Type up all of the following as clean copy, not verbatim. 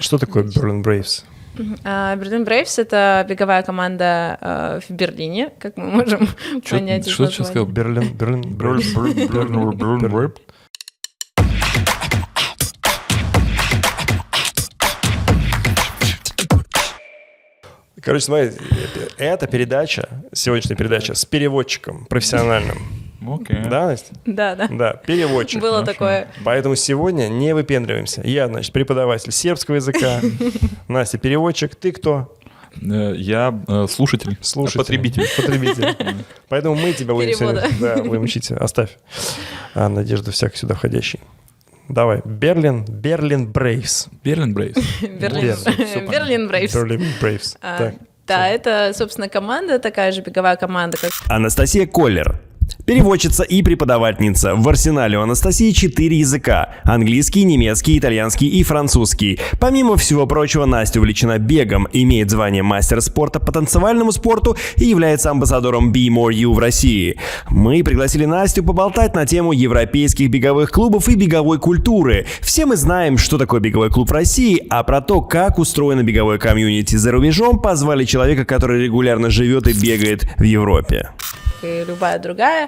Что такое Berlin Braves? Berlin Braves — это беговая команда в Берлине, как мы можем понять. Что ты сейчас сказал? Berlin Braves. Короче, смотри, эта передача, сегодняшняя передача с переводчиком профессиональным. Окей. Да, Настя? Да. Да, переводчик. Было такое. Поэтому сегодня не выпендриваемся. Я, значит, преподаватель сербского языка. Настя, переводчик. Ты кто? Я слушатель. Потребитель. Поэтому мы тебя будем учить. Оставь надежду всякой сюда входящей. Давай. Berlin Braves. Berlin Braves. Berlin Braves. Berlin Braves. Да, это, собственно, команда, такая же беговая команда, как... Анастасия Коллер. Переводчица и преподавательница. В арсенале у Анастасии 4 языка: английский, немецкий, итальянский и французский. Помимо всего прочего, Настя увлечена бегом, имеет звание мастера спорта по танцевальному спорту и является амбассадором Be More You в России. Мы пригласили Настю поболтать на тему европейских беговых клубов и беговой культуры. Все мы знаем, что такое беговой клуб в России, а про то, как устроено беговое комьюнити за рубежом, позвали человека, который регулярно живет и бегает в Европе. И любая другая,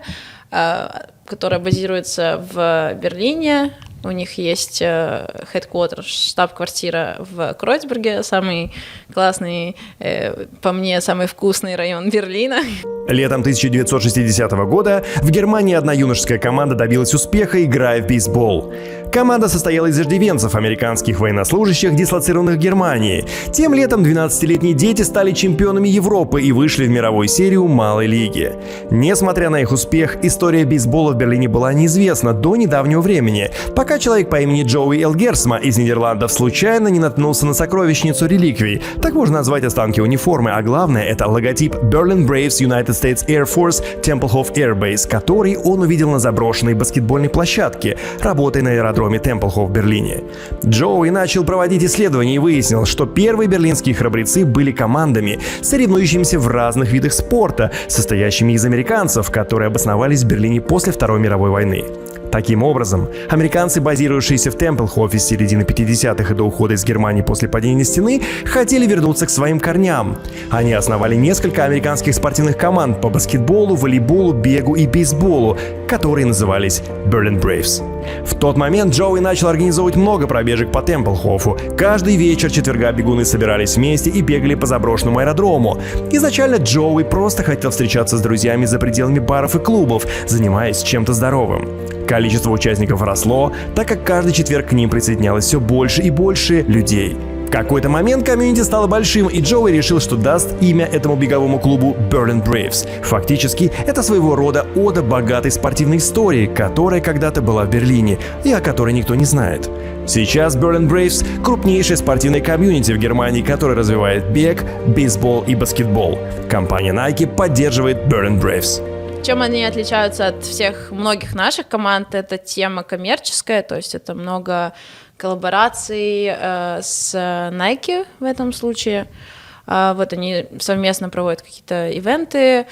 которая базируется в Берлине. У них есть headquarter, штаб-квартира в Кройцберге, самый классный, по мне, самый вкусный район Берлина. Летом 1960 года в Германии одна юношеская команда добилась успеха, играя в бейсбол. Команда состояла из иждивенцев, американских военнослужащих, дислоцированных в Германии. Тем летом 12-летние дети стали чемпионами Европы и вышли в мировую серию малой лиги. Несмотря на их успех, история бейсбола в Берлине была неизвестна до недавнего времени, пока человек по имени Джоуи Элгерсма из Нидерландов случайно не наткнулся на сокровищницу реликвий. Так можно назвать останки униформы, а главное — это логотип Berlin Braves United States Air Force Tempelhof Air Base, который он увидел на заброшенной баскетбольной площадке, работая на аэродроме Темплхоф в Берлине. Джоуи начал проводить исследования и выяснил, что первые берлинские храбрецы были командами, соревнующимися в разных видах спорта, состоящими из американцев, которые обосновались в Берлине после Второй мировой войны. Таким образом, американцы, базирующиеся в Темплхофе с середины 50-х и до ухода из Германии после падения стены, хотели вернуться к своим корням. Они основали несколько американских спортивных команд по баскетболу, волейболу, бегу и бейсболу, которые назывались Berlin Braves. В тот момент Джоуи начал организовывать много пробежек по Темплхофу. Каждый вечер четверга бегуны собирались вместе и бегали по заброшенному аэродрому. Изначально Джоуи просто хотел встречаться с друзьями за пределами баров и клубов, занимаясь чем-то здоровым. Количество участников росло, так как каждый четверг к ним присоединялось все больше и больше людей. В какой-то момент комьюнити стало большим, и Джоуи решил, что даст имя этому беговому клубу Berlin Braves. Фактически, это своего рода ода богатой спортивной истории, которая когда-то была в Берлине и о которой никто не знает. Сейчас Berlin Braves — крупнейшая спортивная комьюнити в Германии, которая развивает бег, бейсбол и баскетбол. Компания Nike поддерживает Berlin Braves. Чем они отличаются от всех многих наших команд, это тема коммерческая, то есть это много коллабораций с Nike в этом случае. Вот они совместно проводят какие-то ивенты,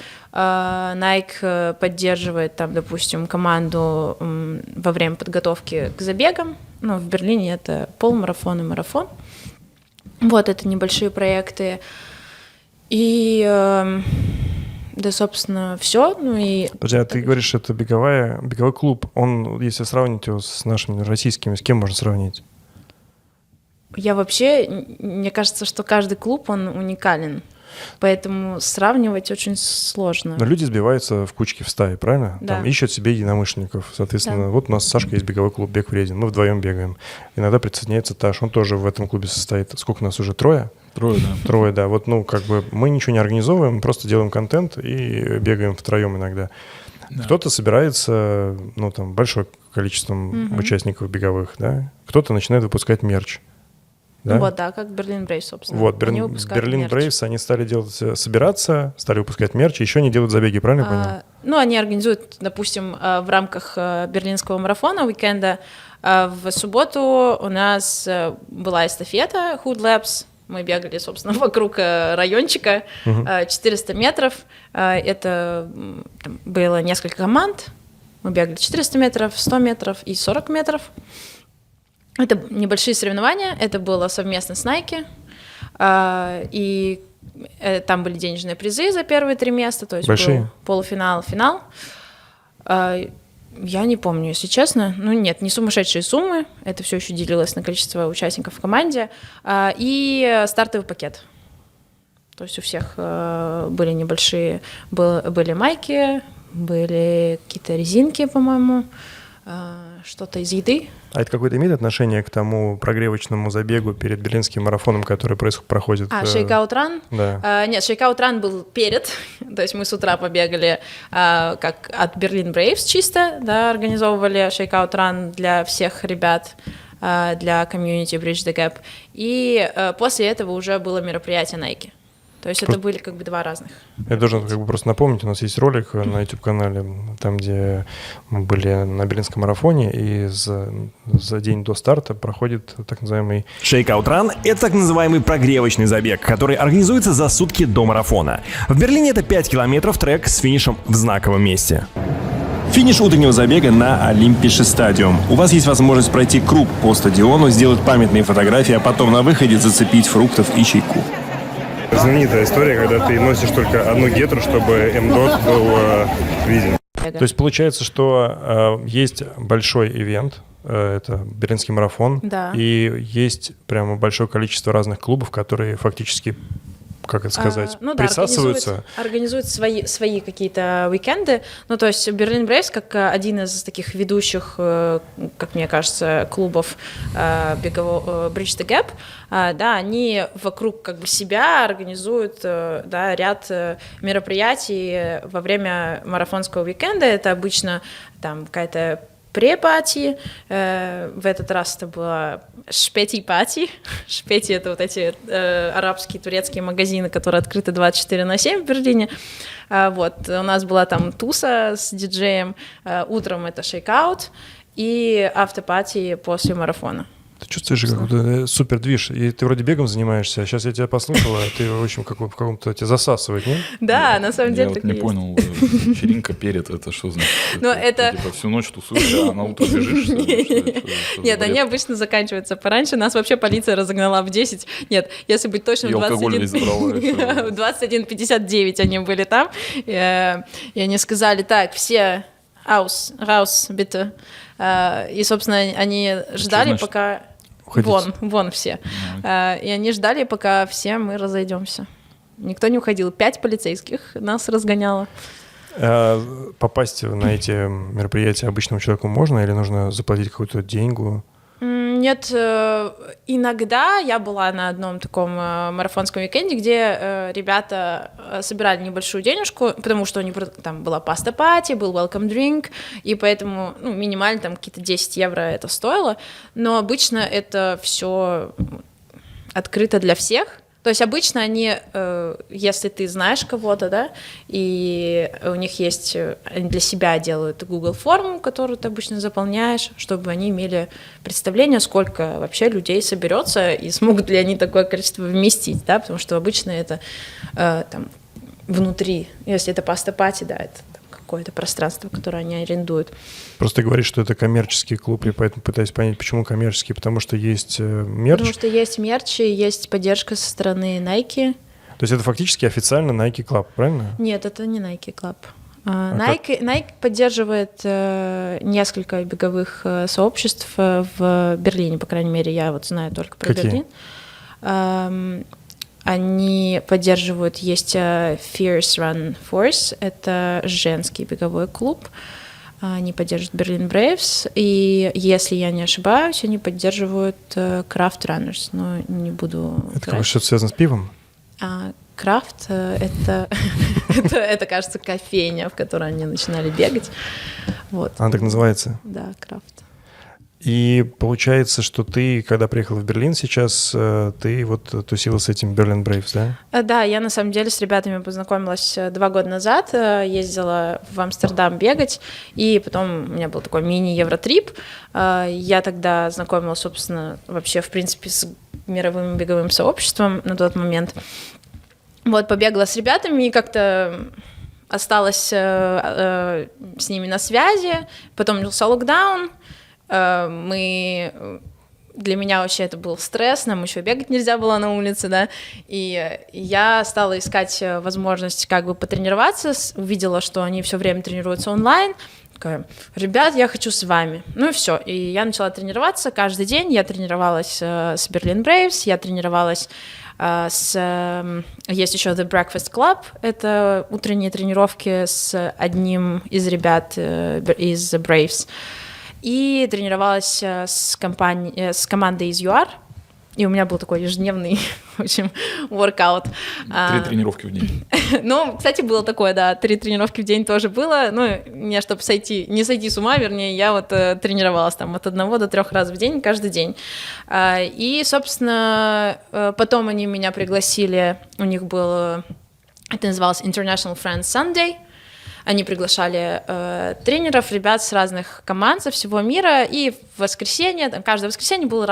Nike поддерживает там, допустим, команду во время подготовки к забегам. Ну, в Берлине это полумарафон и марафон. Вот, это небольшие проекты. И да, собственно, все. Ну и... Подожди, а ты говоришь, что это беговой клуб. Он, если сравнить его с нашими российскими, с кем можно сравнить? Мне кажется, что каждый клуб, он уникален. Поэтому сравнивать очень сложно. Но люди сбиваются в кучки, в стаи, правильно? Да. Там ищут себе единомышленников. Соответственно, да. Вот у нас с Сашкой есть беговой клуб «Бег вреден». Мы вдвоем бегаем. Иногда присоединяется Таш, он тоже в этом клубе состоит. Сколько нас уже? Трое? Трое, да. Вот, мы ничего не организовываем, просто делаем контент и бегаем втроем иногда. Да. Кто-то собирается, большое количеством участников беговых, да. Кто-то начинает выпускать мерч. Да? Вот, да, как Berlin Braves, собственно. Вот, Berlin Braves, они стали собираться, стали выпускать мерч, еще не делают забеги, правильно я понял? Они организуют, допустим, в рамках берлинского марафона, уикенда, в субботу у нас была эстафета Hood Labs. Мы бегали, собственно, вокруг райончика, 400 метров. Это было несколько команд. Мы бегали 400 метров, 100 метров и 40 метров. Это небольшие соревнования, это было совместно с Nike, и там были денежные призы за первые 3 места, то есть большие? Был полуфинал, финал. Я не помню, если честно. Ну нет, не сумасшедшие суммы, это все еще делилось на количество участников в команде, и стартовый пакет. То есть у всех были небольшие, были майки, были какие-то резинки, по-моему, что-то из еды. А это какое-то имеет отношение к тому прогревочному забегу перед Берлинским марафоном, который проходит? Shakeout Run? Да. Нет, Shakeout Run был перед, то есть мы с утра побегали как от Berlin Braves чисто, да, организовывали Shakeout Run для всех ребят, для комьюнити Bridge the Gap, и после этого уже было мероприятие Nike. То есть это были как бы 2 разных. Я должен как бы просто напомнить, у нас есть ролик на YouTube-канале, там, где мы были на Берлинском марафоне, и за день до старта проходит так называемый Shakeout Run – это так называемый прогревочный забег, который организуется за сутки до марафона. В Берлине это 5 километров трек с финишем в знаковом месте. Финиш утреннего забега на Олимпише стадиум. У вас есть возможность пройти круг по стадиону, сделать памятные фотографии, а потом на выходе зацепить фруктов и чайку. Знаменитая история, когда ты носишь только одну гетру, чтобы МДОТ был виден. То есть получается, что есть большой ивент, это Берлинский марафон, да. И есть прямо большое количество разных клубов, которые фактически, как это сказать, присасываются. Организуют свои какие-то уикенды. Ну, то есть Berlin Braves, как один из таких ведущих, как мне кажется, клубов бегового Bridge the Gap, да, они вокруг как бы себя организуют, да, ряд мероприятий во время марафонского уикенда. Это обычно там какая-то пре-пати, в этот раз это было шпети-пати. Шпети — это вот эти арабские, турецкие магазины, которые открыты 24/7 в Берлине. Вот, у нас была там туса с диджеем, утром это шейкаут и автопати после марафона. Ты чувствуешь какой-то супер движ, и ты вроде бегом занимаешься, а сейчас я тебя послушала, ты, в общем, в каком-то тебя засасывает, не? Да, на самом деле так и есть. Я вот не понял, вечеринка перед, это что значит? Ну, это... Типа всю ночь тусуешь, а на утро бежишь? Нет, они обычно заканчиваются пораньше, нас вообще полиция разогнала в 10, нет, если быть точным, в 21:59 они были там, и они сказали, так, все... Раус, bitte. И, собственно, они ждали, пока... Вон все. И они ждали, пока все мы разойдемся. Никто не уходил. 5 полицейских нас разгоняло. Попасть на эти мероприятия обычному человеку можно или нужно заплатить какую-то деньгу? Нет, иногда я была на одном таком марафонском уикенде, где ребята собирали небольшую денежку, потому что там была паста-пати, был welcome drink, и поэтому минимально там какие-то 10 евро это стоило, но обычно это все открыто для всех. То есть обычно они, если ты знаешь кого-то, да, и у них есть, они для себя делают Google форму, которую ты обычно заполняешь, чтобы они имели представление, сколько вообще людей соберется и смогут ли они такое количество вместить, да, потому что обычно это там внутри, если это паста-пати, да, это какое-то пространство, которое они арендуют. Просто ты говоришь, что это коммерческий клуб, и поэтому пытаюсь понять, почему коммерческий, потому что есть мерч. Потому что есть мерч, и есть поддержка со стороны Nike. То есть это фактически официально Nike Club, правильно? Нет, это не Nike Club. Nike поддерживает несколько беговых сообществ в Берлине, по крайней мере, я вот знаю только про Берлин. Они поддерживают, есть Fierce Run Force, это женский беговой клуб, они поддерживают Berlin Braves, и, если я не ошибаюсь, они поддерживают Craft Runners, но не буду... Это что-то связано с пивом? Крафт — это, кажется, кофейня, в которой они начинали бегать. Вот. Она так называется? Да, Крафт. И получается, что ты, когда приехала в Берлин сейчас, ты вот тусила с этим Berlin Braves, да? Да, я на самом деле с ребятами познакомилась 2 года назад, ездила в Амстердам бегать, и потом у меня был такой мини-евротрип. Я тогда знакомилась, собственно, вообще, в принципе, с мировым беговым сообществом на тот момент. Вот, побегала с ребятами и как-то осталась с ними на связи, потом начался локдаун. Мы для меня вообще это был стресс, нам еще бегать нельзя было на улице, да, и я стала искать возможность как бы потренироваться, увидела, что они все время тренируются онлайн, такая: ребят, я хочу с вами. Ну и все. И я начала тренироваться каждый день. Я тренировалась с Berlin Braves, я тренировалась есть еще The Breakfast Club, это утренние тренировки с одним из ребят из Braves. И тренировалась с командой из ЮАР. И у меня был такой ежедневный, в общем, воркаут. 3 тренировки в день. Ну, кстати, было такое, да, 3 тренировки в день тоже было. Ну, мне, чтобы не сойти с ума, вернее, я вот тренировалась там от 1 до 3 раз в день, каждый день. И, собственно, потом они меня пригласили, у них был, это называлось International Friends Sunday. Они приглашали тренеров, ребят с разных команд со всего мира, и в воскресенье, там, каждое воскресенье были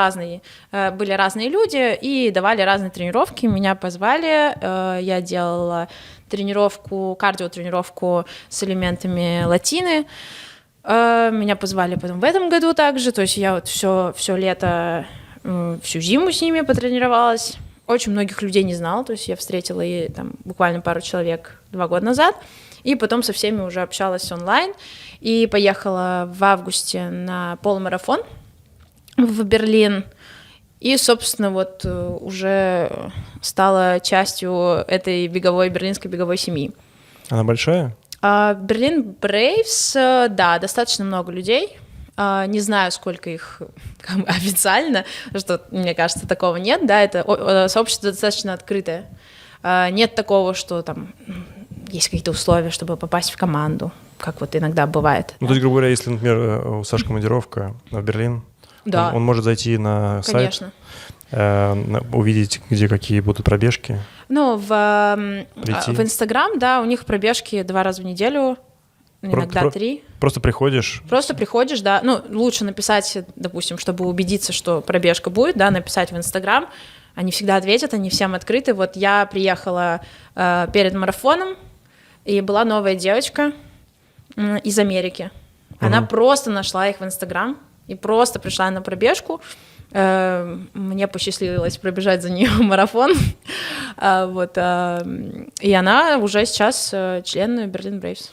разные люди, и давали разные тренировки. Меня позвали, я делала кардиотренировку с элементами латины. Меня позвали потом в этом году также, то есть я вот все лето, всю зиму с ними потренировалась. Очень многих людей не знала, то есть я встретила и там буквально пару человек 2 года назад. И потом со всеми уже общалась онлайн. И поехала в августе на полумарафон в Берлин. И, собственно, вот уже стала частью этой берлинской беговой семьи. Она большая? Berlin Braves, да, достаточно много людей. Не знаю, сколько их официально, что, мне кажется, такого нет. Да, это сообщество достаточно открытое. Нет такого, что там есть какие-то условия, чтобы попасть в команду, как вот иногда бывает. Ну, то есть, грубо говоря, если, например, у Саши командировка в Берлин, да. он может зайти на сайт, увидеть, где какие будут пробежки. Ну, в Инстаграм, да, у них пробежки 2 раза в неделю, иногда 3. Просто приходишь? Просто приходишь, да. Ну, лучше написать, допустим, чтобы убедиться, что пробежка будет, да, написать в Инстаграм. Они всегда ответят, они всем открыты. Вот я приехала перед марафоном, и была новая девочка из Америки. Она просто нашла их в Инстаграм и просто пришла на пробежку. Мне посчастливилось пробежать за нее марафон. Вот. И она уже сейчас член Berlin Braves.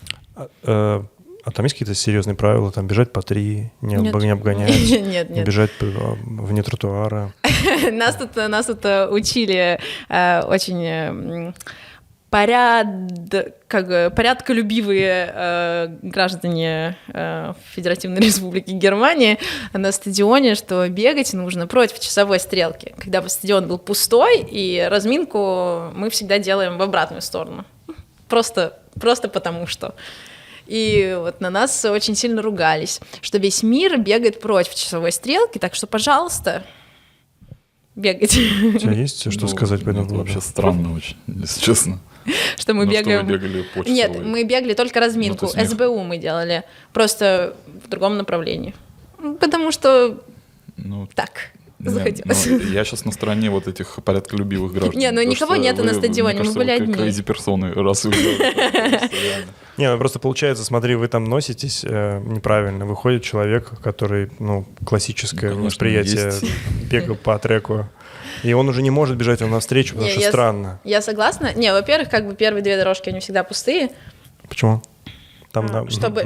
А там есть какие-то серьезные правила? Там бежать по 3, не обгонять, нет. бежать вне тротуара? Нас тут учили очень порядколюбивые граждане Федеративной Республики Германии на стадионе, что бегать нужно против часовой стрелки. Когда бы стадион был пустой, и разминку мы всегда делаем в обратную сторону. Просто потому что. И вот на нас очень сильно ругались, что весь мир бегает против часовой стрелки, так что, пожалуйста, бегайте. У тебя есть что сказать по этому поводу? Вообще странно очень, если честно. Что мы бегаем... Что вы бегали по часовой? Нет, мы бегали только разминку. СБУ мы делали, просто в другом направлении. Потому что так... захотелось. Я сейчас на стороне вот этих порядколюбивых граждан. Не, ну никого нету на стадионе, мы были одни. Crazy персоны, раз вы Не, ну просто получается, смотри, вы там носитесь неправильно. Выходит человек, который, классическое восприятие бега по треку, и он уже не может бежать вам навстречу, потому что странно. Я согласна. Не, во-первых, как бы первые 2 дорожки, они всегда пустые. Почему? Там чтобы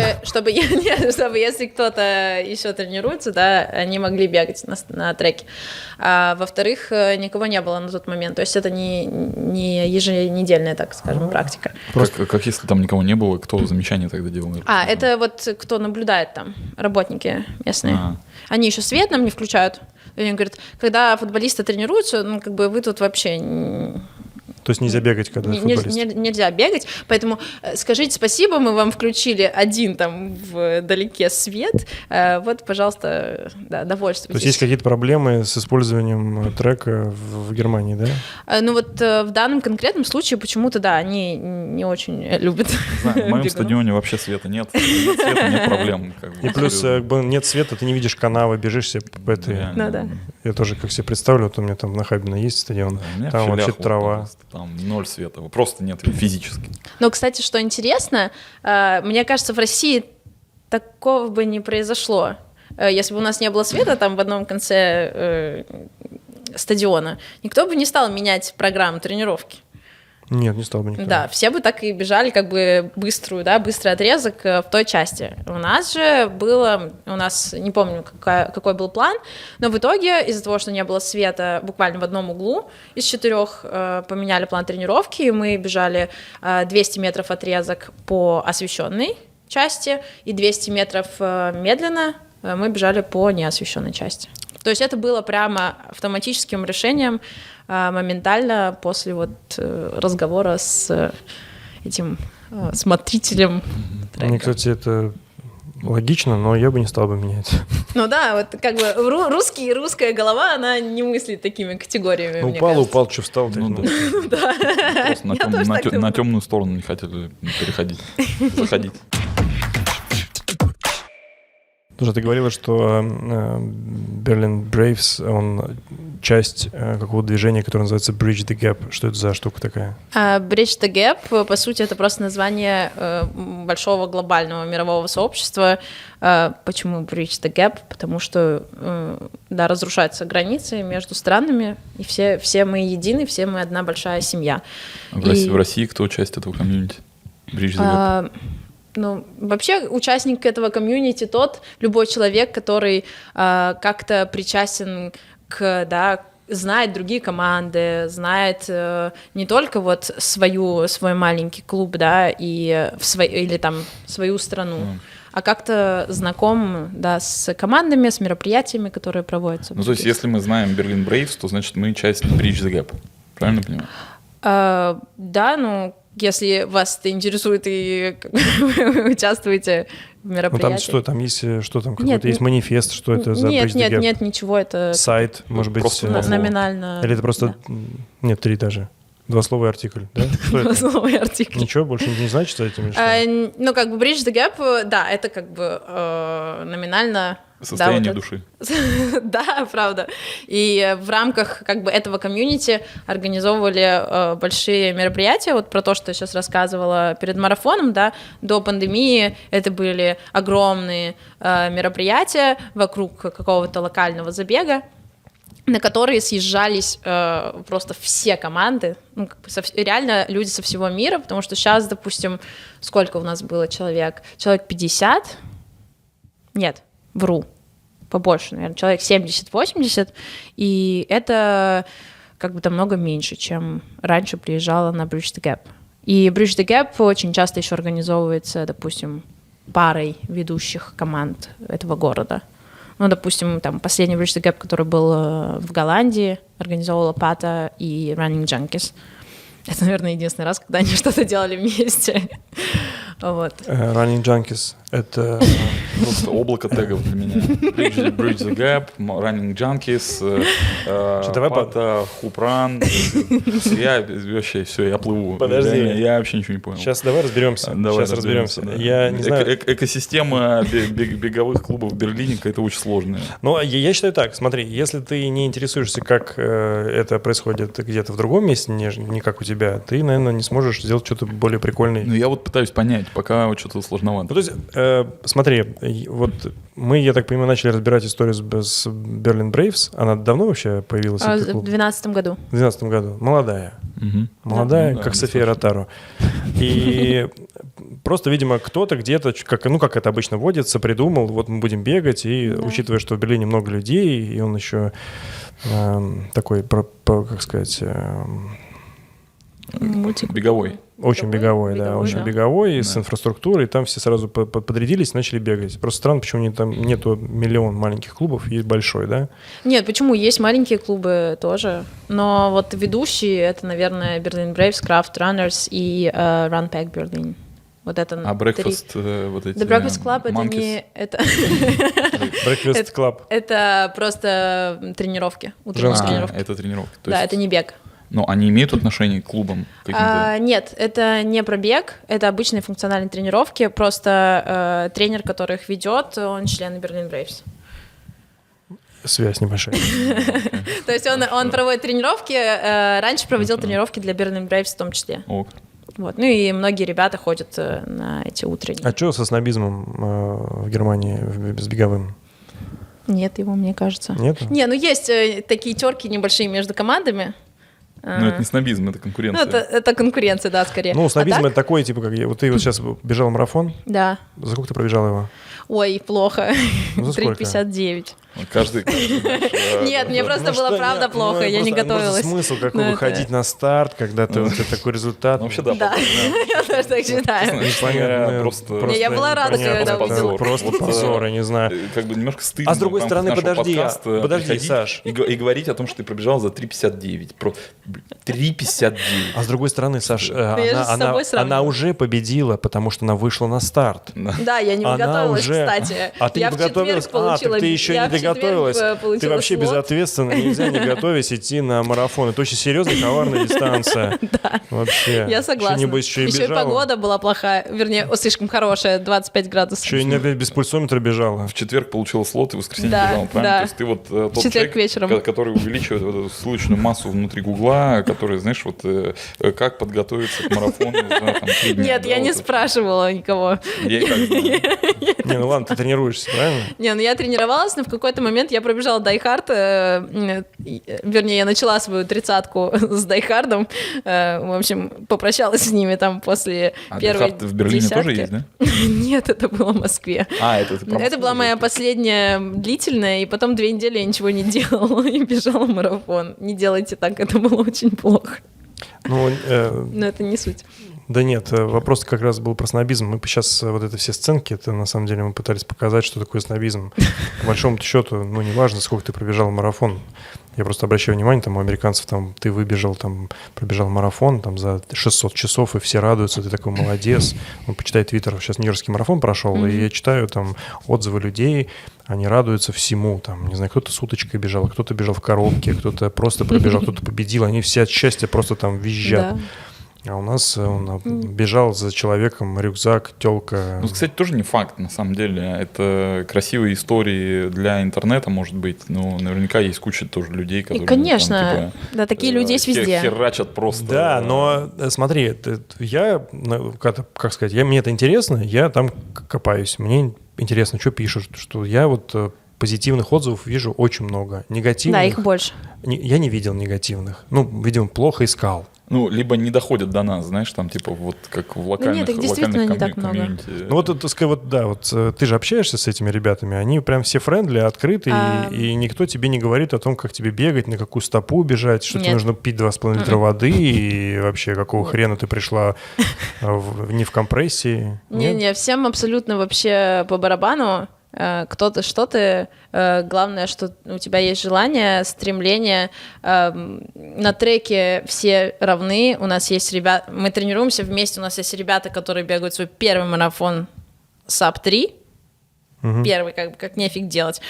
если кто-то еще тренируется, да, они могли бегать на треке. А во-вторых, никого не было на тот момент. То есть это не еженедельная, так скажем, практика. Как если там никого не было, кто замечания тогда делал? Это вот кто наблюдает там, работники местные. Они еще свет нам не включают. Они говорят, когда футболисты тренируются, вы тут вообще... То есть нельзя бегать, когда футболист? Нельзя бегать, поэтому скажите спасибо, мы вам включили один там вдалеке свет, вот, пожалуйста, да, довольствуйтесь. То есть есть какие-то проблемы с использованием трека в Германии, да? Ну вот в данном конкретном случае почему-то, да, они не очень любят. В моем стадионе вообще света нет, нет проблем. И плюс нет света, ты не видишь канавы, бежишь себе по этой... Я тоже как себе представлю, вот у меня там на Хабино есть стадион, там вообще трава. Там 0 света, просто нет физически. Но, кстати, что интересно, мне кажется, в России такого бы не произошло. если бы у нас не было света там в одном конце стадиона, никто бы не стал менять программу тренировки. Нет, не стал бы никто. Да, все бы так и бежали как бы быстрый отрезок в той части. У нас не помню, какой был план, но в итоге из-за того, что не было света буквально в одном углу из 4, поменяли план тренировки, и мы бежали 200 метров отрезок по освещенной части и 200 метров медленно мы бежали по неосвещенной части. То есть это было прямо автоматическим решением моментально после разговора с этим смотрителем трека. Мне, кстати, это логично, но я бы не стал бы менять. Ну да, вот как бы русская голова, она не мыслит такими категориями, мне кажется. Упал, что встал. Да. Просто на темную сторону не хотели переходить, заходить. Слушай, ты говорила, что Berlin Braves, он часть какого-то движения, которое называется Bridge the Gap. Что это за штука такая? Bridge the Gap, по сути, это просто название большого глобального мирового сообщества. Почему Bridge the Gap? Потому что, разрушаются границы между странами, и все мы едины, все мы одна большая семья. В России кто часть этого комьюнити? Bridge the Gap? Вообще участник этого комьюнити любой человек, который как-то причастен знает другие команды, знает не только свой маленький клуб, или там свою страну, а как-то знаком, с командами, с мероприятиями, которые проводятся. То есть, если мы знаем Berlin Braves, то значит мы часть Bridge the Gap. Правильно понимаю? Да, если вас это интересует и вы участвуете в мероприятии. Там есть какой-то есть манифест, что это за Bridge the Gap? Нет, ничего, это... Сайт, может быть... Номинально... Или это просто... Да. Нет, 3 даже. Двусловый артикль, да? Двусловый артикль. Ничего больше не значит с этим? Bridge the Gap, да, это как бы номинально... Состояние души. Да, правда. И в рамках этого комьюнити организовывали большие мероприятия, про то, что я сейчас рассказывала перед марафоном, до пандемии это были огромные мероприятия вокруг какого-то локального забега, на которые съезжались просто все команды, реально люди со всего мира, потому что сейчас, допустим, сколько у нас было человек? Человек 50? Нет. Вру, побольше, наверное, человек 70-80, и это намного меньше, чем раньше приезжала на Bridge the Gap. И Bridge the Gap очень часто еще организовывается, допустим, парой ведущих команд этого города. Допустим, последний Bridge the Gap, который был в Голландии, организовывала Пата и Running Junkies. Это, наверное, единственный раз, когда они что-то делали вместе. Running Junkies — это... Просто облако тегов для меня. Bridge the Gap, Running Junkies, Пата, Хупран. Я вообще все, я плыву. Подожди. Я вообще ничего не понял. Сейчас давай разберемся. Да. Я не знаю. Экосистема беговых клубов в Берлине какая-то очень сложная. Я считаю так, смотри, если ты не интересуешься, как это происходит где-то в другом месте, не как у тебя, ты, наверное, не сможешь сделать что-то более прикольное. Я пытаюсь понять, пока что-то сложновато. То есть, смотри, мы, я так понимаю, начали разбирать историю с Berlin Braves. Она давно вообще появилась? В 2012 году. В 2012 году. Молодая. Молодая, как София Ротару. И просто, видимо, кто-то где-то, как это обычно водится, придумал, мы будем бегать, и учитывая, что в Берлине много людей, и он еще такой, как сказать... Беговой. Очень беговой, очень беговой, с инфраструктурой, там все сразу подрядились, начали бегать. Просто странно, почему там нету миллион маленьких клубов, есть большой, да? Нет, почему? Есть маленькие клубы тоже, но ведущие — это, наверное, Berlin Braves, Craft Runners и Run Pack Berlin. Это Breakfast, The Breakfast Club — это не... Breakfast Club. Это просто тренировки, утренние тренировки. Это тренировки. Да, это не бег. Но они имеют отношение к клубам каким-то? Нет, это не про бег, это обычные функциональные тренировки, просто тренер, который их ведет, он член Berlin Braves. Связь небольшая. То есть он проводит тренировки, раньше проводил тренировки для Berlin Braves в том числе. И многие ребята ходят на эти утренние. А что со снобизмом в Германии, с беговым? Нет его, мне кажется. Нету? Не, ну есть такие терки небольшие между командами. Но это не снобизм, это конкуренция. Ну, это конкуренция, да, скорее. Ну, снобизм это такой, типа, как вот ты вот сейчас бежал марафон. Да. За сколько ты пробежал его? Ой, плохо. Ну, за сколько? 3:59. Каждый Нет, мне просто было правда плохо, я не готовилась. Смысл какой выходить на старт, когда ты вот такой результат. Вообще, да. Да, я тоже так считаю. Просто Я была рада, когда увидела. Просто позор, я не знаю. как бы немножко стыдно. А с другой стороны, подожди, приходить Саш. И говорить о том, что ты пробежал за 3:59. 3:59. А с другой стороны, Саш, я же с собой сравниваю. она уже победила, потому что она вышла на старт. Да, я не готовилась, кстати. А ты не подготовилась? Так ты еще не доготовилась. Ты вообще безответственно, нельзя не готовясь идти на марафон. Это очень серьезная, коварная дистанция. Да, вообще. Я согласна. Небось, еще и погода была плохая, вернее, слишком хорошая, 25 градусов. Еще и без пульсометра бежала. В четверг получила слот и в воскресенье Да, бежала, правильно? да. То есть ты вот тот человек, вечером. который увеличивает вот эту ссылочную массу внутри Гугла, который, знаешь, вот как подготовиться к марафону за 3 дня. Нет, я не спрашивала никого. Я и так знаю. Не, ну ладно, ты тренируешься, правильно? Не, ну я тренировалась, но в какой-то момент я пробежала дайхард, вернее, я начала свою 30-ку с дайхардом, в общем, попрощалась с ними там после первой дайхард в Берлине десятки. тоже есть, да? Нет, это было в Москве. Это была моя последняя длительная, и потом 2 недели я ничего не делала и бежала марафон. Не делайте так, это было очень плохо. Но это не суть. Да нет, вопрос как раз был про снобизм. Мы сейчас вот это все сценки, это на самом деле мы пытались показать, что такое снобизм. По большому счету, ну неважно, сколько ты пробежал марафон. Я просто обращаю внимание, там у американцев там ты выбежал, там пробежал марафон там за 600 часов, и все радуются, ты такой молодец. Он почитает твиттер, сейчас Нью-Йоркский марафон прошел, и я читаю там отзывы людей, они радуются всему, там, не знаю, кто-то с уточкой бежал, кто-то бежал в коробке, кто-то просто пробежал, кто-то победил, они все от счастья просто там визжат. Да. А у нас он бежал за человеком, рюкзак, тёлка. Ну, кстати, тоже не факт, на самом деле. Это красивые истории для интернета, может быть, но наверняка есть куча тоже людей, которые... И, конечно, там, типа, да, такие люди есть везде. Херачат просто. Да, но смотри, я, как сказать, мне это интересно, я там копаюсь, мне интересно, что пишут, что я вот позитивных отзывов вижу очень много, негативных... Да, их больше. Я не видел негативных, ну, видимо, плохо искал. Ну, либо не доходят до нас, знаешь, там, типа, вот как в локальных, нет, их действительно не так много. комьюнити. Ну, вот, так сказать, вот, да, вот ты же общаешься с этими ребятами, они прям все френдли, открыты, и никто тебе не говорит о том, как тебе бегать, на какую стопу бежать, что тебе нужно пить 2,5 литра воды, и вообще, какого хрена ты пришла не в компрессии. Не, всем абсолютно вообще по барабану. Кто ты, что ты, главное, что у тебя есть желание, стремление. На треке все равны, у нас есть ребята, мы тренируемся вместе, у нас есть ребята, которые бегают свой первый марафон САП-3, первый, как нефиг делать.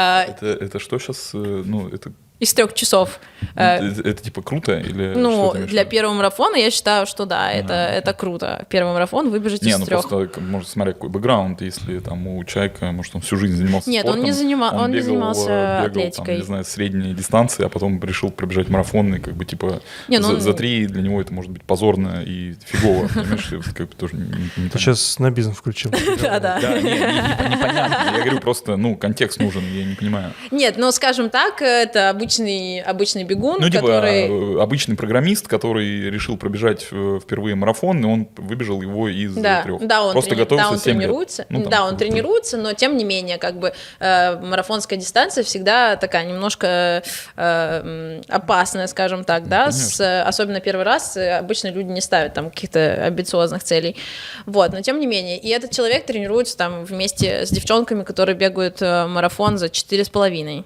Это что сейчас, ну, это... Из 3 часов. Это типа круто? Или ну, для первого марафона я считаю, что да, это круто. Первый марафон выбежать из 3. Не, ну просто, может, смотря какой бэкграунд, если там у человека, может, он всю жизнь занимался Нет, спортом. он не занимался бегал, атлетикой. Там, не знаю, средние дистанции, а потом решил пробежать марафон, и как бы типа за 3 для него это может быть позорно и фигово. Понимаешь, как бы тоже не Ты сейчас снобизм включил. Да. Да, непонятно. Я говорю, просто, ну, контекст нужен, я не понимаю. Нет, ну, скажем так, это обычный бегун, ну, типа, который... обычный программист, который решил пробежать впервые марафон, и он выбежал его из 3. Да, он просто готовился 7 тренируется. лет. Да, он тренируется, но тем не менее, как бы марафонская дистанция всегда такая немножко опасная, скажем так, да, особенно первый раз обычно люди не ставят там каких-то амбициозных целей. Вот, но тем не менее. И этот человек тренируется там вместе с девчонками, которые бегают марафон за 4,5.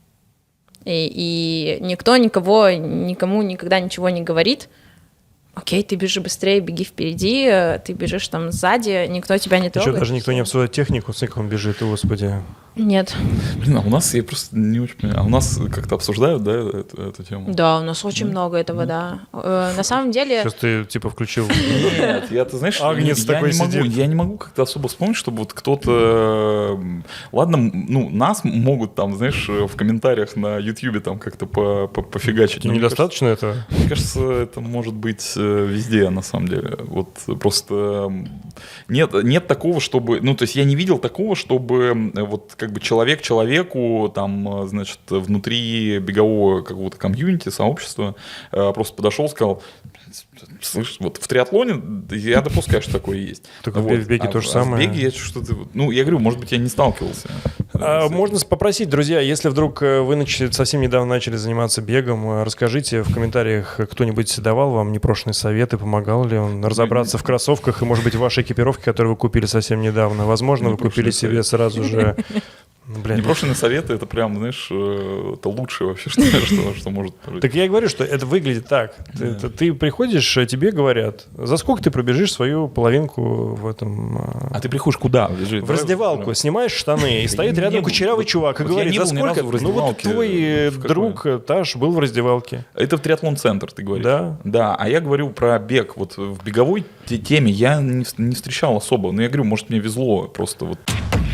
И никто никому никогда ничего не говорит. Окей, ты бежишь быстрее, беги впереди, ты бежишь там сзади, никто тебя не трогает. Еще даже никто не обсуждает технику, с как он бежит, господи. Нет. Блин, а у нас, я просто не очень понимаю, а у нас как-то обсуждают, да, эту тему? Да, у нас очень много этого, да. На самом деле... Сейчас ты, типа, включил... Нет, ты знаешь, Агнец такой сидит. Я не могу как-то особо вспомнить, чтобы вот кто-то... Ладно, ну, нас могут там, знаешь, в комментариях на Ютьюбе там как-то пофигачить. Недостаточно этого? Мне кажется, это может быть везде, на самом деле. Вот просто нет такого, чтобы... Ну, то есть я не видел такого, чтобы вот как бы человек человеку, там, значит, внутри бегового какого-то комьюнити, сообщества, просто подошел, сказал: слышь, вот в триатлоне я допускаю, что такое есть. Только вот. В беге то же самое. В беге я что-то... Ну, я говорю, может быть, я не сталкивался. Можно попросить, друзья, если вдруг вы совсем недавно начали заниматься бегом, расскажите в комментариях, кто-нибудь давал вам непрошенные советы, помогал ли он разобраться в кроссовках и, может быть, в вашей экипировке, которую вы купили совсем недавно. Возможно, вы купили себе сразу же... Непрошенные советы — это прям, знаешь, это лучшее вообще, что может быть. Так я и говорю, что это выглядит так. Ты приходишь, тебе говорят, за сколько ты пробежишь свою половинку в этом... А ты приходишь куда? В раздевалку, снимаешь штаны, и стоит рядом кучерявый чувак и говорит: за сколько? Ну вот твой друг Таш был в раздевалке. Это в триатлон-центр, ты говоришь? Да. Да, а я говорю про бег. Вот в беговой теме я не встречал особо. Но я говорю, может, мне везло просто вот...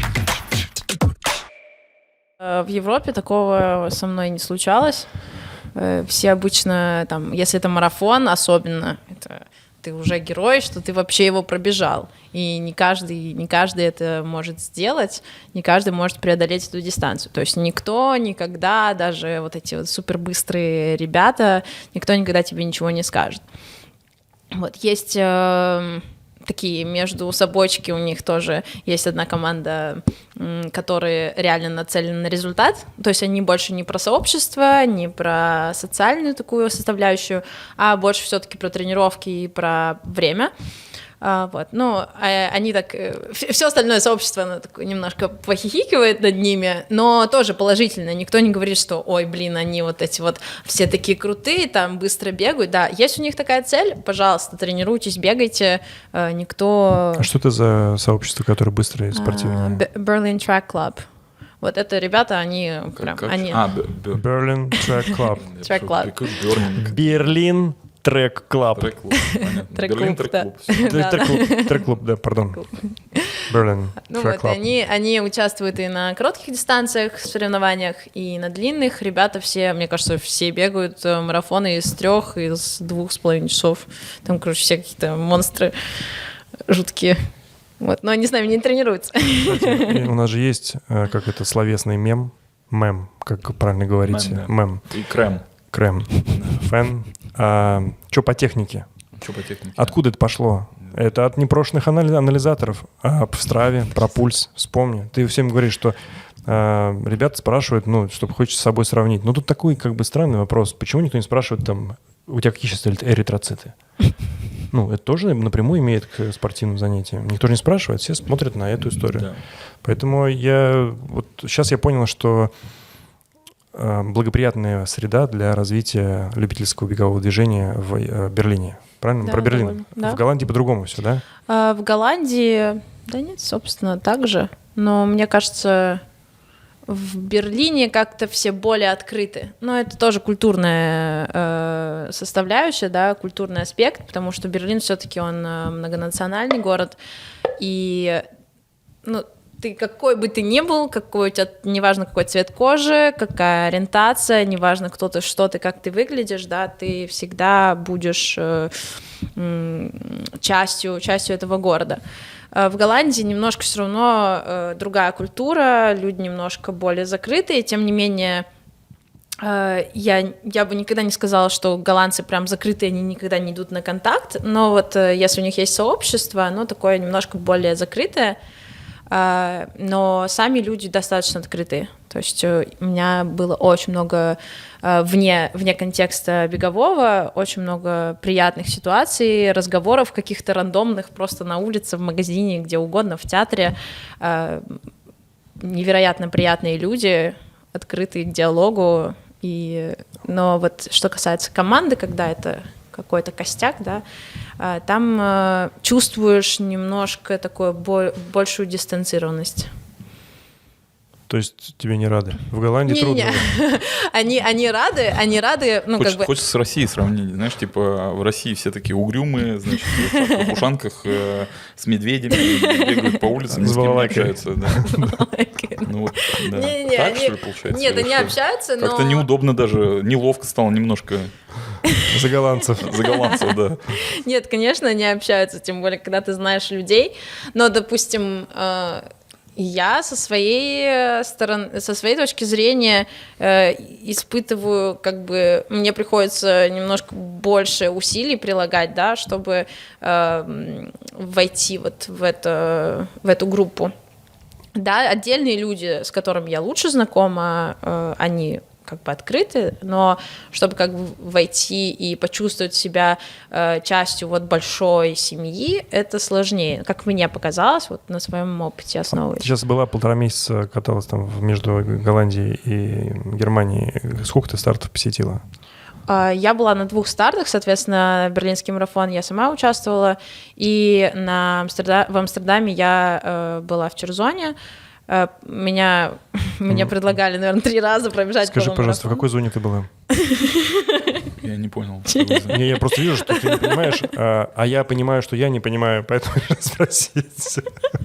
В Европе такого со мной не случалось. Все обычно, там, если это марафон, особенно, это ты уже герой, что ты вообще его пробежал. И не каждый это может сделать, не каждый может преодолеть эту дистанцию. То есть никто никогда, даже вот эти вот супербыстрые ребята, никто никогда тебе ничего не скажет. Вот есть... такие между собойчики, у них тоже есть одна команда, которые реально нацелены на результат, то есть они больше не про сообщество, не про социальную такую составляющую, а больше все-таки про тренировки и про время. Вот. Ну, они так... Все остальное сообщество, оно так немножко похихикивает над ними, но тоже положительно. Никто не говорит, что, ой, блин, они вот эти вот все такие крутые, там, быстро бегают. Да, есть у них такая цель, пожалуйста, тренируйтесь, бегайте. Никто... А что это за сообщество, которое быстрое и спортивное? Berlin Track Club. Вот это ребята, они прям... Berlin Track Club. Track Club. Берлин Трек Клаб. Берлин Трек-клуб. Трек-клуб, да, пардон. Берлин Трек Клаб. Они участвуют и на коротких дистанциях, соревнованиях, и на длинных. Ребята все, мне кажется, все бегают марафоны из 3, из 2,5 часов. Там, короче, все какие-то монстры жуткие. Вот. Но они с нами не тренируются. Кстати, у нас же есть, как это, словесный мем, как правильно говорить, мем. И крем. Фэн. Что по технике? Откуда это пошло? Это от непрошенных анализаторов. В Страве, про пульс, вспомни. Ты всем говоришь, что ребята спрашивают, ну, чтобы хочешь с собой сравнить. Но тут такой как бы странный вопрос. Почему никто не спрашивает, там, у тебя какие сейчас эритроциты? Ну, это тоже напрямую имеет к спортивным занятиям. Никто же не спрашивает, все смотрят на эту историю. Да. Поэтому сейчас я понял, что благоприятная среда для развития любительского бегового движения в Берлине. Правильно? Да, про Берлин. Да. В Голландии по-другому все, да? В Голландии, да нет, собственно, так же. Но мне кажется, в Берлине как-то все более открыты. Но это тоже культурная составляющая, да, культурный аспект, потому что Берлин все-таки он многонациональный город. И, ну, ты какой бы ты ни был, какой у тебя, неважно какой цвет кожи, какая ориентация, неважно кто ты, что ты, как ты выглядишь, да, ты всегда будешь частью этого города. В Голландии немножко все равно другая культура, люди немножко более закрытые, тем не менее я бы никогда не сказала, что голландцы прям закрытые, они никогда не идут на контакт, но вот если у них есть сообщество, оно такое немножко более закрытое, но сами люди достаточно открытые. То есть у меня было очень много вне контекста бегового, очень много приятных ситуаций, разговоров каких-то рандомных просто на улице, в магазине, где угодно, в театре. Невероятно приятные люди, открытые к диалогу. Но вот что касается команды, когда это какой-то костяк, да, там чувствуешь немножко такую большую дистанцированность. То есть тебе не рады? В Голландии трудно? Они рады, ну как бы... Хочется с Россией сравнить, знаешь, типа в России все такие угрюмые, значит, в ушанках с медведями бегают по улицам, ни с кем не общаются. Ну вот, да. Так, что ли, получается? Нет, они общаются, но... Как-то неудобно даже, неловко стало немножко. За голландцев, да. Нет, конечно, они общаются, тем более, когда ты знаешь людей, но, допустим... Я со своей стороны, со своей точки зрения испытываю, как бы мне приходится немножко больше усилий прилагать, да, чтобы войти вот в эту группу. Да, отдельные люди, с которыми я лучше знакома, они как бы открыты, но чтобы как бы войти и почувствовать себя частью вот большой семьи, это сложнее, как мне показалось, вот на своем опыте основываясь. Ты сейчас была 1,5 месяца, каталась там между Голландией и Германией. Сколько ты стартов посетила? Я была на 2 стартах, соответственно, Берлинский марафон я сама участвовала, и в Амстердаме я была в Чирзоне. Меня предлагали, наверное, 3 раза пробежать. Скажи, пожалуйста, в какой зоне ты была? Я не понял. Я просто вижу, что ты не понимаешь, а я понимаю, что я не понимаю, поэтому решил спросить.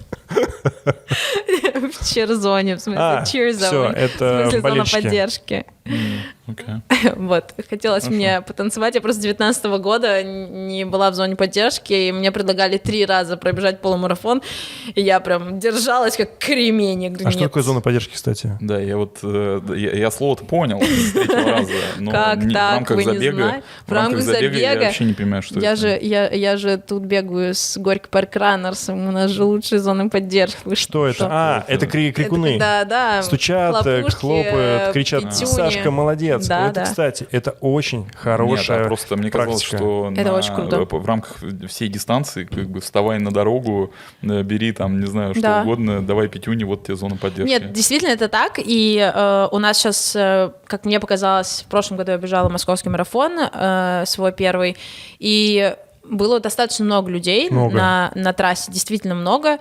В чир-зоне, в смысле, чир-зоне. Все, это в смысле, зона болельщики. поддержки. Okay. Вот, хотелось мне потанцевать. Я просто с 19 года не была в зоне поддержки, и мне предлагали 3 раза пробежать полумарафон, и я прям держалась как кремень. Я говорю, что такое зона поддержки, кстати? Да, я слово-то понял с 3-го раза, но как в так, рамках вы не забега, знаете? В рамках забега я вообще не понимаю, что это. Я же тут бегаю с Горький Парк Раннерсом, у нас же лучшие зоны поддержки. Вы что это? Это крикуны. Да, стучат, хлопают, кричат: «Сашка, молодец». Да, это, кстати, это очень хорошая просто мне казалось, практика. что это очень круто. В рамках всей дистанции как бы вставай на дорогу, бери там, не знаю, что угодно, давай пятюни, вот тебе зона поддержки. Нет, действительно это так, и у нас сейчас, как мне показалось, в прошлом году я бежала московский марафон, свой первый, и было достаточно много людей на трассе, действительно много,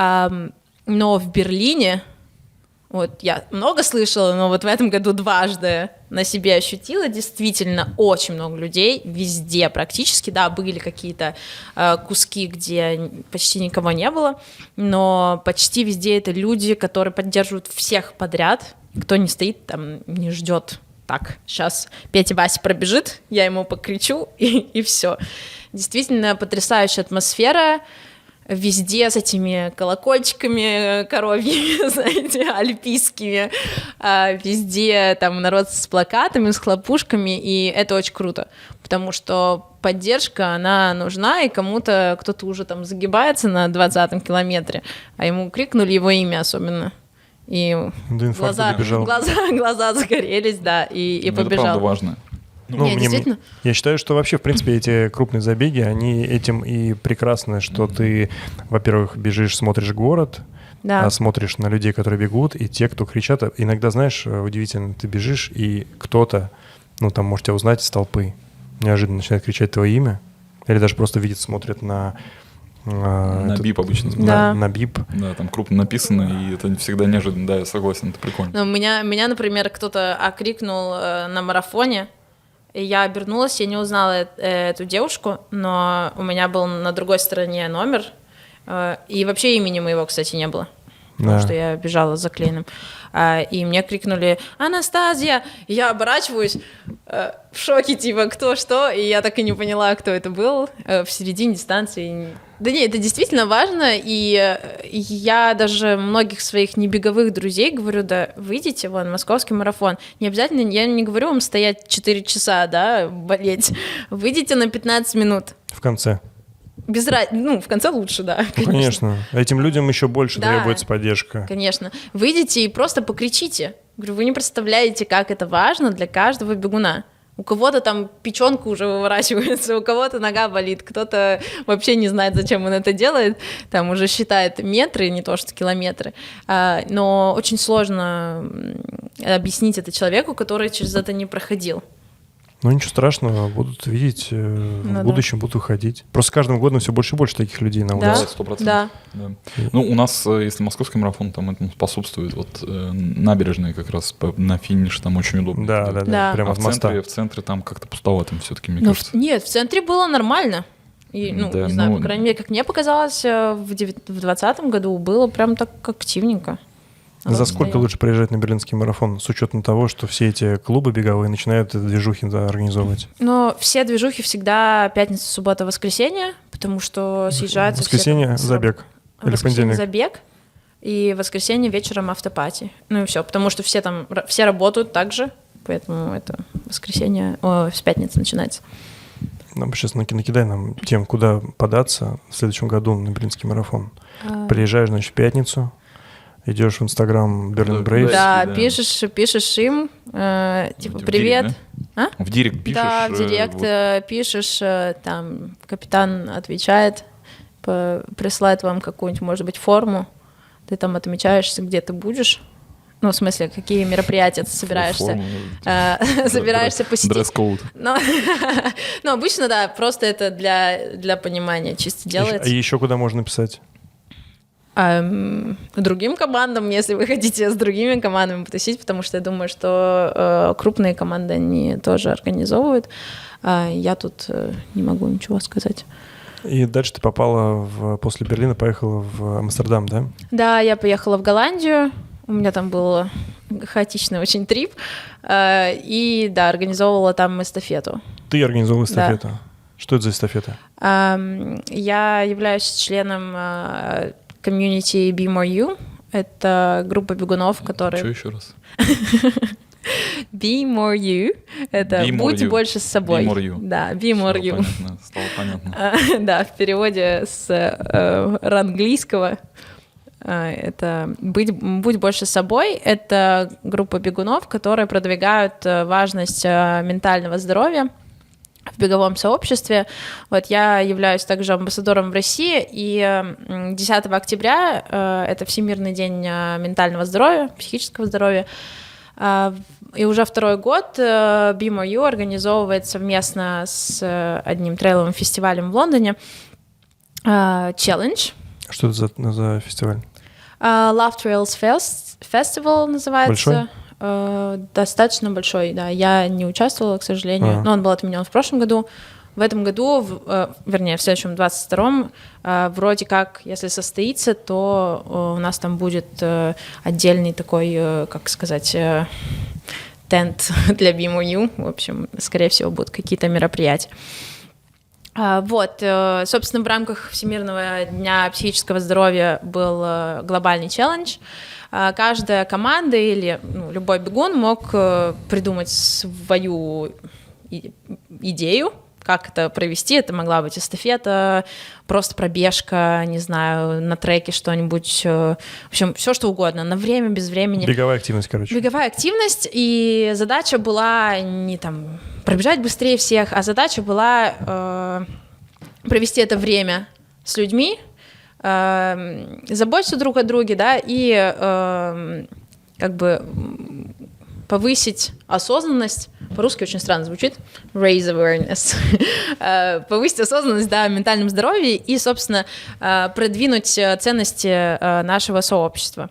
но в Берлине, вот я много слышала, но вот в этом году дважды на себе ощутила, действительно очень много людей, везде практически, да, были какие-то куски, где почти никого не было, но почти везде это люди, которые поддерживают всех подряд, кто не стоит там, не ждет. Так, сейчас Петя Вася пробежит, я ему покричу, и все. Действительно потрясающая атмосфера, везде с этими колокольчиками коровьими, знаете, альпийскими, везде там народ с плакатами, с хлопушками, и это очень круто, потому что поддержка, она нужна, и кому-то, кто-то уже там загибается на 20-м километре, а ему крикнули его имя особенно. И глаза загорелись, да, и побежал. Это правда важно. Я считаю, что вообще, в принципе, эти крупные забеги, они этим и прекрасны, что ты, во-первых, бежишь, смотришь город, смотришь на людей, которые бегут, и те, кто кричат. Иногда, знаешь, удивительно, ты бежишь, и кто-то, там, может тебя узнать из толпы, неожиданно начинает кричать твое имя, или даже просто видит, смотрит на бип обычно. На бип. Да, там крупно написано, и это всегда неожиданно. Да, я согласен, это прикольно. Но меня, например, кто-то окрикнул на марафоне, и я обернулась, я не узнала эту девушку, но у меня был на другой стороне номер, и вообще имени моего, кстати, не было, потому что я бежала за заклеенным. И мне крикнули: «Анастасия!» Я оборачиваюсь в шоке, типа, кто, что, и я так и не поняла, кто это был в середине дистанции. Да нет, это действительно важно, и я даже многих своих небеговых друзей говорю: да, выйдите, вон, московский марафон. Не обязательно, я не говорю вам стоять 4 часа, да, болеть. Выйдите на 15 минут. В конце. В конце лучше, да. Конечно. Этим людям еще больше требуется поддержка. Конечно. Выйдите и просто покричите. Говорю, вы не представляете, как это важно для каждого бегуна. У кого-то там печенка уже выворачивается, у кого-то нога болит, кто-то вообще не знает, зачем он это делает, там уже считает метры, не то что километры. Но очень сложно объяснить это человеку, который через это не проходил. Ничего страшного, будут видеть, в будущем будут выходить. Просто с каждым годом все больше и больше таких людей на улице. Да, 100%. Да. У нас, если московский марафон, там этому способствует набережная как раз на финише, там очень удобно. Да. Прямо от моста. В центре там как-то пустовато все-таки, мне кажется. Нет, в центре было нормально. И, не знаю, по крайней мере, как мне показалось, в 2020 году было прям так активненько. За сколько лучше приезжать на Берлинский марафон, с учетом того, что все эти клубы беговые начинают движухи организовывать? Но все движухи всегда пятница, суббота, воскресенье, потому что съезжаются воскресенье все... забег или понедельник? Забег. и в воскресенье вечером автопати. Ну и все, потому что все работают так же, поэтому это воскресенье, с пятницы начинается. Нам сейчас накидай нам тем, куда податься в следующем году на Берлинский марафон. Приезжаешь, значит, в пятницу, идешь в Инстаграм Berlin Brave. Да, пишешь им, типа, привет. В директ пишешь? Да, в директ пишешь, там, капитан отвечает, присылает вам какую-нибудь, может быть, форму, ты там отмечаешься, где ты будешь. Ну, в смысле, какие мероприятия ты собираешься посетить. Дресс-код. Ну, обычно, да, просто это для понимания чисто делается. А еще куда можно писать? Другим командам, если вы хотите с другими командами потусить, потому что я думаю, что крупные команды они тоже организовывают. Я тут не могу ничего сказать. И дальше ты после Берлина поехала в Амстердам, да? Да, я поехала в Голландию. У меня там был хаотичный очень трип. И, да, организовывала там эстафету. Ты организовала эстафету? Да. Что это за эстафета? Я являюсь членом комьюнити Be More You. Это группа бегунов, которые... Что еще раз? Be More You. Это «Будь больше с собой». Be More You. Да, Be More You. Стало понятно. Да, в переводе с английского это «Будь больше собой». Это группа бегунов, которые продвигают важность ментального здоровья в беговом сообществе. Вот я являюсь также амбассадором в России, и 10 октября это Всемирный день ментального здоровья, психического здоровья. И уже второй год Be More You организовывает совместно с одним трейловым фестивалем в Лондоне Challenge. Что это за фестиваль? Love Trails Festival называется. Большой? Достаточно большой, да. Я не участвовала, к сожалению, но он был отменен в прошлом году. В этом году, вернее, в следующем 22-м, вроде как, если состоится, то у нас там будет отдельный такой, как сказать, тент для Be More You. В общем, скорее всего, будут какие-то мероприятия. Вот, собственно, в рамках Всемирного дня психического здоровья был глобальный челлендж. Каждая команда или любой бегун мог придумать свою идею, как это провести. Это могла быть эстафета, просто пробежка, не знаю, на треке что-нибудь, в общем, все что угодно, на время, без времени. Беговая активность, короче. Беговая активность, и задача была не там пробежать быстрее всех, а задача была провести это время с людьми, заботиться друг о друге, да, и как бы повысить осознанность, по-русски очень странно звучит, raise awareness, повысить осознанность, да, о ментальном здоровье и, собственно, продвинуть ценности нашего сообщества.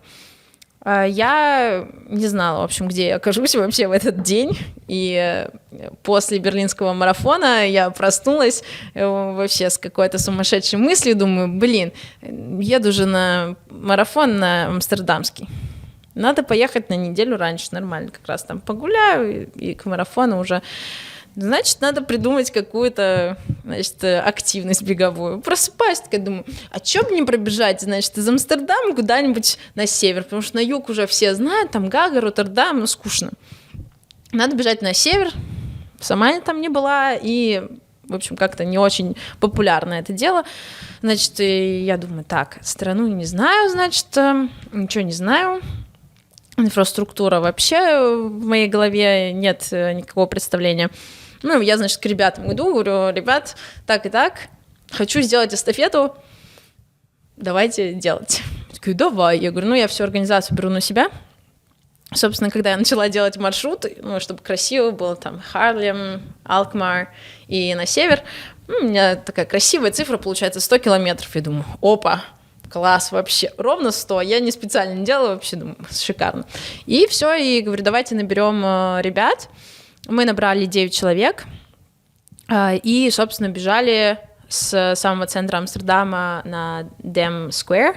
Я не знала, в общем, где я окажусь вообще в этот день, и после берлинского марафона я проснулась вообще с какой-то сумасшедшей мыслью, думаю, еду же на марафон на амстердамский. Надо поехать на неделю раньше, нормально, как раз там погуляю, и к марафону уже... Значит, надо придумать какую-то, значит, активность беговую. Просыпаюсь, такая думаю, а чё бы не пробежать, значит, из Амстердама куда-нибудь на север, потому что на юг уже все знают, там Гага, Роттердам, скучно. Надо бежать на север, сама я там не была, и, в общем, как-то не очень популярно это дело. Значит, я думаю, так, страну не знаю, значит, ничего не знаю. Инфраструктура вообще в моей голове нет никакого представления. Я, значит, к ребятам иду, говорю, ребят, так и так, хочу сделать эстафету, давайте делать. Я такая, давай. Я говорю, я всю организацию беру на себя. Собственно, когда я начала делать маршрут, чтобы красиво было, там, Харлем, Алкмар и на север, у меня такая красивая цифра, получается, 100 километров. Я думаю, опа, класс вообще, ровно 100, я не специально делала, вообще, думаю, шикарно. И все, и говорю, давайте наберем ребят. Мы набрали 9 человек, и, собственно, бежали с самого центра Амстердама на Dam Square,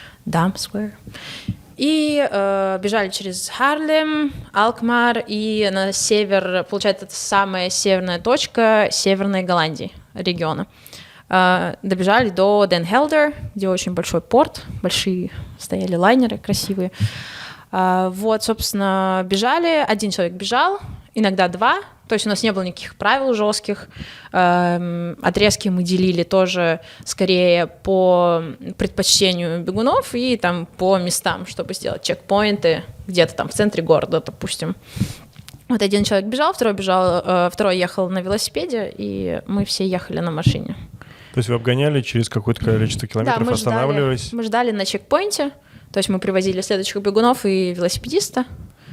и бежали через Харлем, Алкмар, и на север, получается, это самая северная точка Северной Голландии, региона. добежали до Den Helder, где очень большой порт, большие стояли лайнеры красивые. Вот, собственно, бежали, один человек бежал, иногда два, то есть у нас не было никаких правил жестких, отрезки мы делили тоже скорее по предпочтению бегунов и там по местам, чтобы сделать чекпоинты где-то там в центре города, допустим. Вот один человек бежал, второй ехал на велосипеде, и мы все ехали на машине. То есть вы обгоняли через какое-то количество километров, да, останавливались? Мы ждали на чекпоинте, то есть мы привозили следующих бегунов и велосипедиста,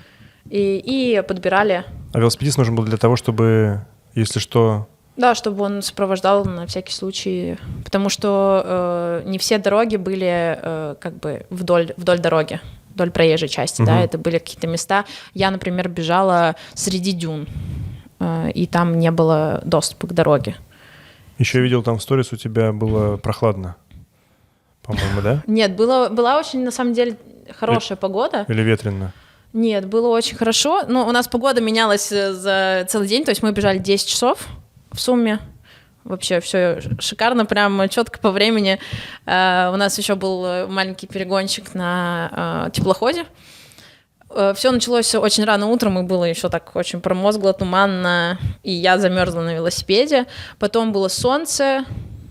и подбирали. А велосипедист нужен был для того, чтобы, если что... Да, чтобы он сопровождал на всякий случай, потому что не все дороги были как бы вдоль дороги, вдоль проезжей части, да, это были какие-то места. Я, например, бежала среди дюн, и там не было доступа к дороге. Еще я видел, там в сторис у тебя было прохладно, по-моему, да? Нет, была очень, на самом деле, хорошая погода. Или ветрено? Нет, было очень хорошо. Но у нас погода менялась за целый день, то есть мы бежали 10 часов в сумме. Вообще все шикарно, прям четко по времени. У нас еще был маленький перегончик на теплоходе. Все началось очень рано утром, и было еще так очень промозгло, туманно, и я замерзла на велосипеде. Потом было солнце.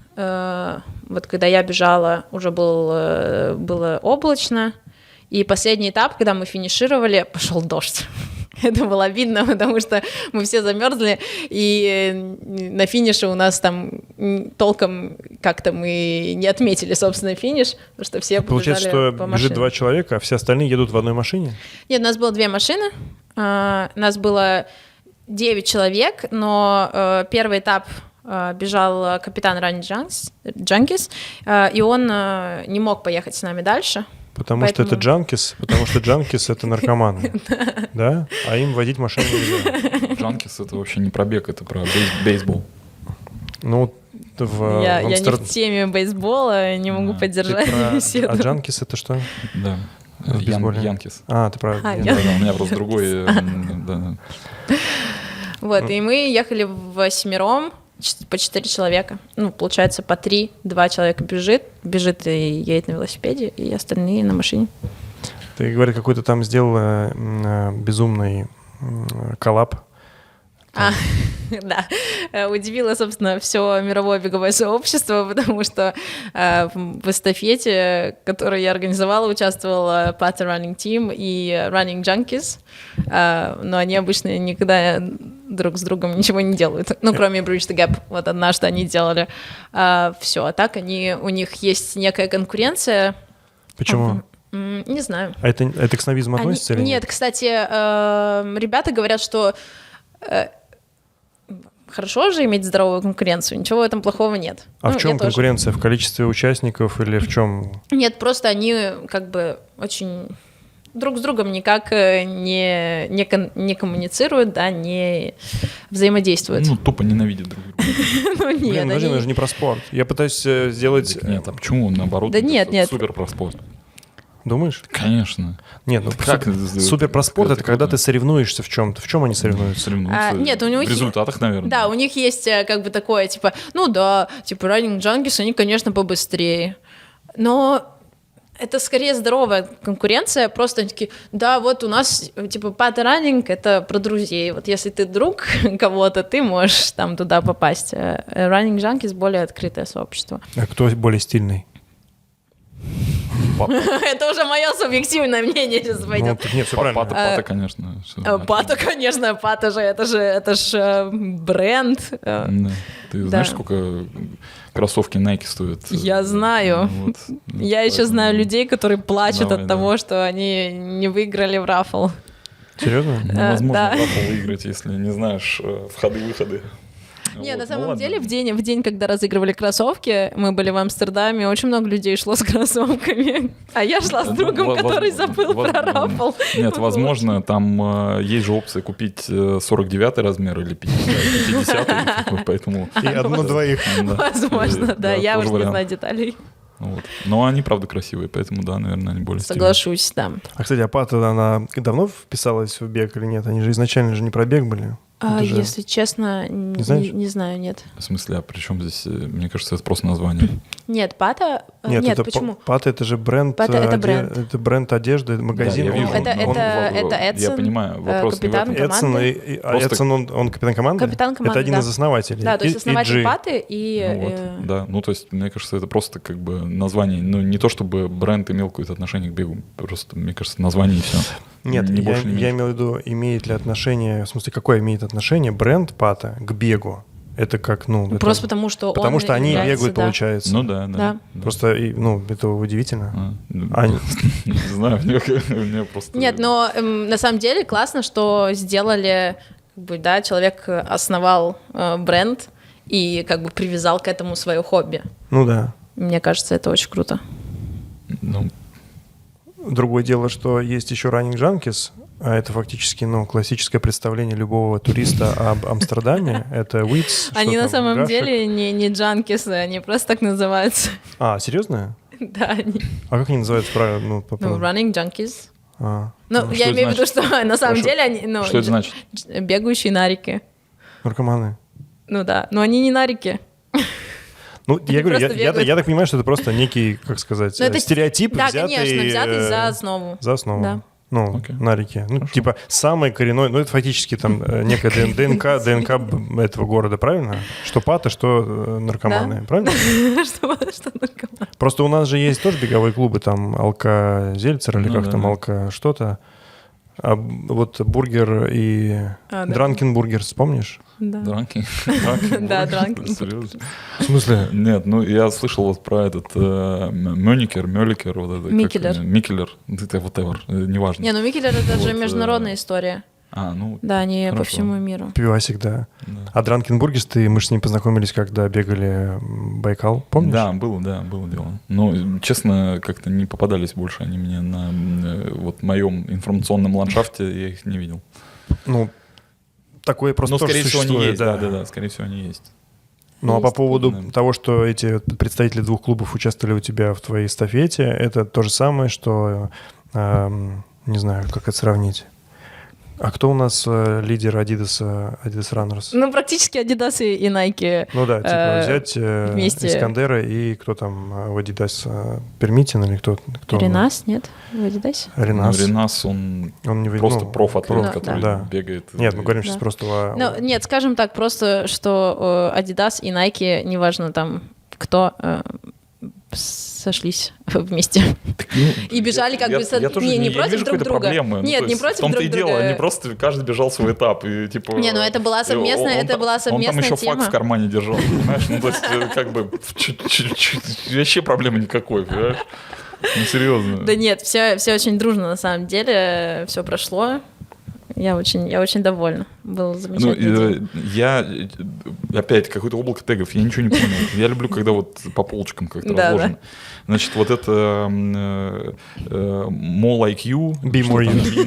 Вот когда я бежала, уже было облачно. И последний этап, когда мы финишировали, пошел дождь. Это было видно, потому что мы все замерзли, и на финише у нас там толком как-то мы не отметили, собственно, финиш, потому что все побежали. Получается, что бежит 2 человека, а все остальные едут в одной машине? Нет, у нас было 2 машины, у нас было 9 человек, но первый этап бежал капитан Ранни Джанкис, и он не мог поехать с нами дальше. Потому что это джанкис, это наркоманы, да? А им водить машину нельзя. Джанкис — это вообще не про бег, это про бейсбол. Ну, я не в теме бейсбола, не могу поддержать беседу. А джанкис — это что? Да, Янкис. А, ты прав. У меня просто другой. Вот, и мы ехали восьмером, по 4 человека. Ну, получается, по 3, 2 человека бежит и едет на велосипеде, и остальные на машине. Ты, говоришь, какой-то там сделал безумный коллаб. Да, удивило, собственно, все мировое беговое сообщество, потому что в эстафете, которую я организовала, участвовал Pata Running Team и Running Junkies, но они обычно никогда друг с другом ничего не делают, ну, кроме Bridge the Gap, вот одна, что они делали. Все, а так у них есть некая конкуренция. Почему? Не знаю. А это к снобизму относится или нет? Нет, кстати, ребята говорят, что хорошо же иметь здоровую конкуренцию, ничего в этом плохого нет. А в чем конкуренция? В количестве участников или в чем? Нет, просто они как бы очень друг с другом никак не коммуницируют, да, не взаимодействуют. Ну, тупо ненавидят друг друга. Ну нет, это же не про спорт. Я пытаюсь сделать... Нет, а почему? Наоборот, да нет. Супер про спорт. Думаешь? Конечно. Нет, ну как супер про спорт — это когда ты соревнуешься в чем-то. В чем они соревнуются? Нет, у них в результатах, наверное. Да, у них есть как бы такое, типа, ну да, типа Running Junkies, они, конечно, побыстрее. Но это скорее здоровая конкуренция, просто они такие, да, вот у нас, типа, Pata Running — это про друзей. Вот если ты друг кого-то, ты можешь там туда попасть. Running Junkies — более открытое сообщество. А кто более стильный? Это уже мое субъективное мнение сейчас пойдет. Нет, все правильно. Пата, конечно. Пата, конечно, Пата же, это же бренд. Ты знаешь, сколько кроссовки Nike стоят? Я знаю. Я еще знаю людей, которые плачут от того, что они не выиграли в рафл. Серьезно? Невозможно в рафл выиграть, если не знаешь входы-выходы. Не, на самом деле, в день, когда разыгрывали кроссовки, мы были в Амстердаме, очень много людей шло с кроссовками, а я шла с другом, который забыл про рафл. Нет, возможно, там есть же опция купить 49-й размер или 50-й, поэтому... И одну-двоих. Возможно, да, я уже не знаю деталей. Вот. Но они, правда, красивые, поэтому, да, наверное, они более Соглашусь, да. А, кстати, Пата, она давно вписалась в бег или нет? Они же изначально не про бег были. Если честно, не знаю, нет. В смысле, а при чем здесь? Мне кажется, это просто название. Нет, Пата... Нет, почему? Пата — это же бренд. Пата — это бренд. Это бренд одежды, магазин. Да, я вижу. Это Эдсон. Я понимаю, вопрос капитан команды. Эдсон, он капитан команды? Капитан команды, это один из основателей. Да, то есть основатель Паты и... Да, ну то есть, мне кажется, это просто как бы название. Ну, не то чтобы бренд имел какое-то отношение к бегу. Просто, мне кажется, название и все. Нет, я имел в виду, имеет ли отношение, в смысле, какое имеет отношение бренд Пата к бегу? Это как, Просто потому что они бегают, да. Получается. Ну да. Просто, это удивительно. Не знаю, мне просто... Нет, но на самом деле классно, что сделали, человек основал бренд и привязал к этому свое хобби. Ну да. Мне кажется, это очень круто. Другое дело, что есть еще Running Junkies, а это фактически, классическое представление любого туриста об Амстердаме. Это Wits. Они на самом деле не джанкисы, они просто так называются. А, серьезно? Да, они. А как они называются правильно? Running Junkies. Я имею в виду, что на самом деле они... Что это значит? Бегающие нарики. Наркоманы. Ну да, но они не нарики. Я говорю, я так понимаю, что это просто некий, как сказать, стереотип, да, конечно, взятый за основу. За основу. Да. Нарики. Типа самый коренной, это фактически там некая ДНК этого города, правильно? Что Пата, что наркоманы, правильно? Что наркоманы. Просто у нас же есть тоже беговые клубы, там Алка-Зельцер или как там, Алка что-то. А вот бургер и Дранкен Бургерс, помнишь? Да. Дранкен? Да, Дранкен. Серьезно? В смысле? Нет, я слышал вот про этот Мёликер, вот это. Микелер, это whatever, неважно. Не, Микелер это же международная история. Да, они по всему миру. Пивасик, да. А Дранкен Бургерс, мы же с ним познакомились, когда бегали Байкал, помнишь? Да, было дело. Но, честно, как-то не попадались больше они мне на моем информационном ландшафте, я их не видел. Такое просто тоже существует. Они есть, да, скорее всего, они есть. А по поводу того, что эти представители двух клубов участвовали у тебя в твоей эстафете, это то же самое, что, не знаю, как это сравнить. А кто у нас лидер Adidas Runners? Практически Adidas и Nike. Взять вместе. Искандера и кто там в Adidas? Пермитин или кто? Ренас, нет? В Adidas? Ренас, он не просто профатлет, который бегает. Нет, мы говорим сейчас просто Нет, скажем так, просто, что Adidas и Nike, неважно там кто, сошлись вместе и бежали не против друг друга. Проблемы. Нет, не против друг друга. В том-то и дело, они просто каждый бежал свой этап и типа. Это была совместная, Он там еще тема. факт в кармане держал, понимаешь? То есть вообще проблемы никакой, понимаешь? Серьезно. Да нет, все очень дружно на самом деле, все прошло. Я очень довольна. Было замечательно. Я опять какое-то облако тегов, я ничего не понял. Я люблю, когда по полочкам как-то разложено. Значит, вот это More Like You, Be More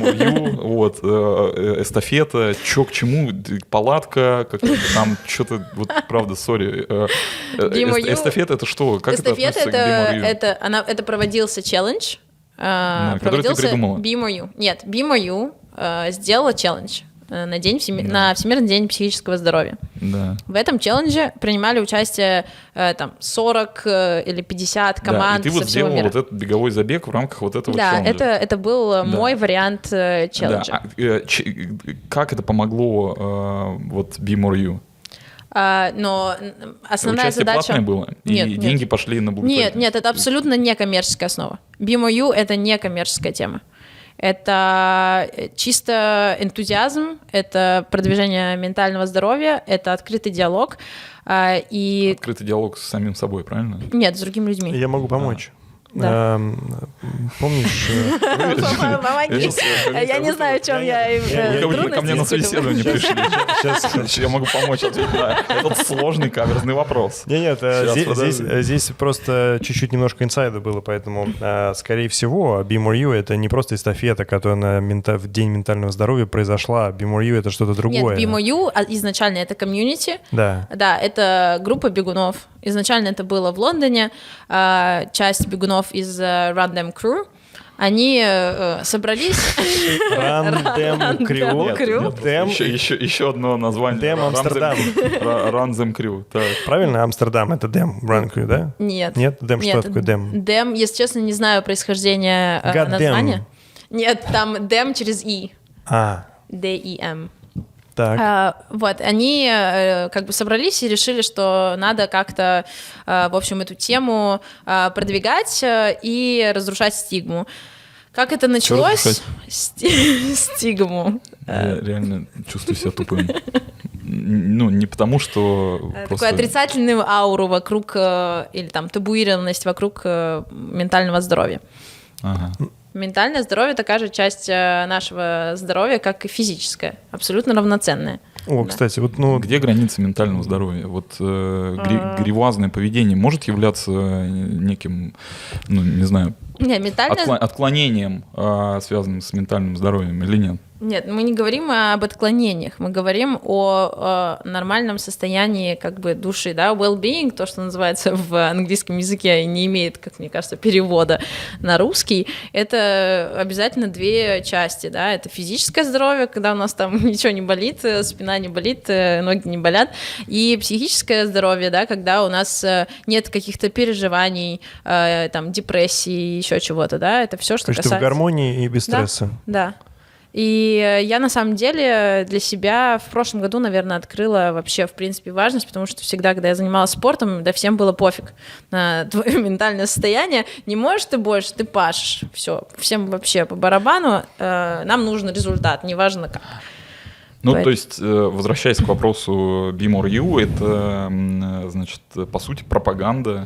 You, эстафета, чё к чему, палатка, там что-то, правда, сори. Эстафета — это что? Как это относится к Be More You? Это проводился челлендж. Который ты придумала? Be More You. Нет, Be More You сделала челлендж на Всемирный день психического здоровья. Да. В этом челлендже принимали участие 40 или 50 команд и ты со всего мира. Вот этот беговой забег в рамках вот этого челленджа. Да, это был мой вариант челленджа. Как это помогло Be More You? Но основная участие задача... платное было? И деньги пошли на благотворительность? Нет, это абсолютно не коммерческая основа. Be More You — это не коммерческая тема. Это чисто энтузиазм, это продвижение ментального здоровья, это открытый диалог. Открытый диалог с самим собой, правильно? Нет, с другими людьми. Я могу помочь. Да. Помнишь? Помоги. Я не знаю, в чем я трудности. Ко мне на собеседование пришли. Сейчас я могу помочь ответить на этот сложный каверзный вопрос. Нет, здесь просто чуть-чуть немножко инсайда было, поэтому, скорее всего, Be More You — это не просто эстафета, которая в День ментального здоровья произошла. Be More You — это что-то другое. Нет, Be More You изначально это комьюнити. Да. Да, это группа бегунов. Изначально это было в Лондоне. Часть бегунов из Random Crew, они собрались... Run Them Crew. Еще одно название. Dem Amsterdam. Run Them Crew. Правильно? Амстердам — это Dem Run Crew, да? Нет. Нет? Dem что такое Dem? Dem, если честно, не знаю происхождения названия. Нет, там Dem через И. D-E-M. Так. Вот, они как бы собрались и решили, что надо как-то, в общем, эту тему продвигать и разрушать стигму. Как это началось? Стигму. Я реально чувствую себя тупым. Ну, не потому, что... Такую отрицательную ауру вокруг, или там табуированность вокруг ментального здоровья. Ага. Ментальное здоровье — такая же часть нашего здоровья, как и физическое, абсолютно равноценная. О, кстати, вот, ну... Где границы ментального здоровья? Вот гривуазное поведение может являться неким, ну, не знаю, отклонением, связанным с ментальным здоровьем или нет? Нет, мы не говорим об отклонениях, мы говорим о нормальном состоянии как бы души, да, well-being, то, что называется в английском языке и не имеет, как мне кажется, перевода на русский, это обязательно две части, да, это физическое здоровье, когда у нас там ничего не болит, спина не болит, ноги не болят, и психическое здоровье, да, когда у нас нет каких-то переживаний, там, депрессии, еще чего-то, да, это все, что касается... То есть ты в гармонии и без стресса. Да. И я, на самом деле, для себя в прошлом году, наверное, открыла вообще, в принципе, важность, потому что всегда, когда я занималась спортом, да всем было пофиг на твое ментальное состояние. Не можешь ты больше, ты пашешь. Все, всем вообще по барабану. Нам нужен результат, неважно как. Ну, то есть, возвращаясь к вопросу Be More You, это, значит, по сути, пропаганда.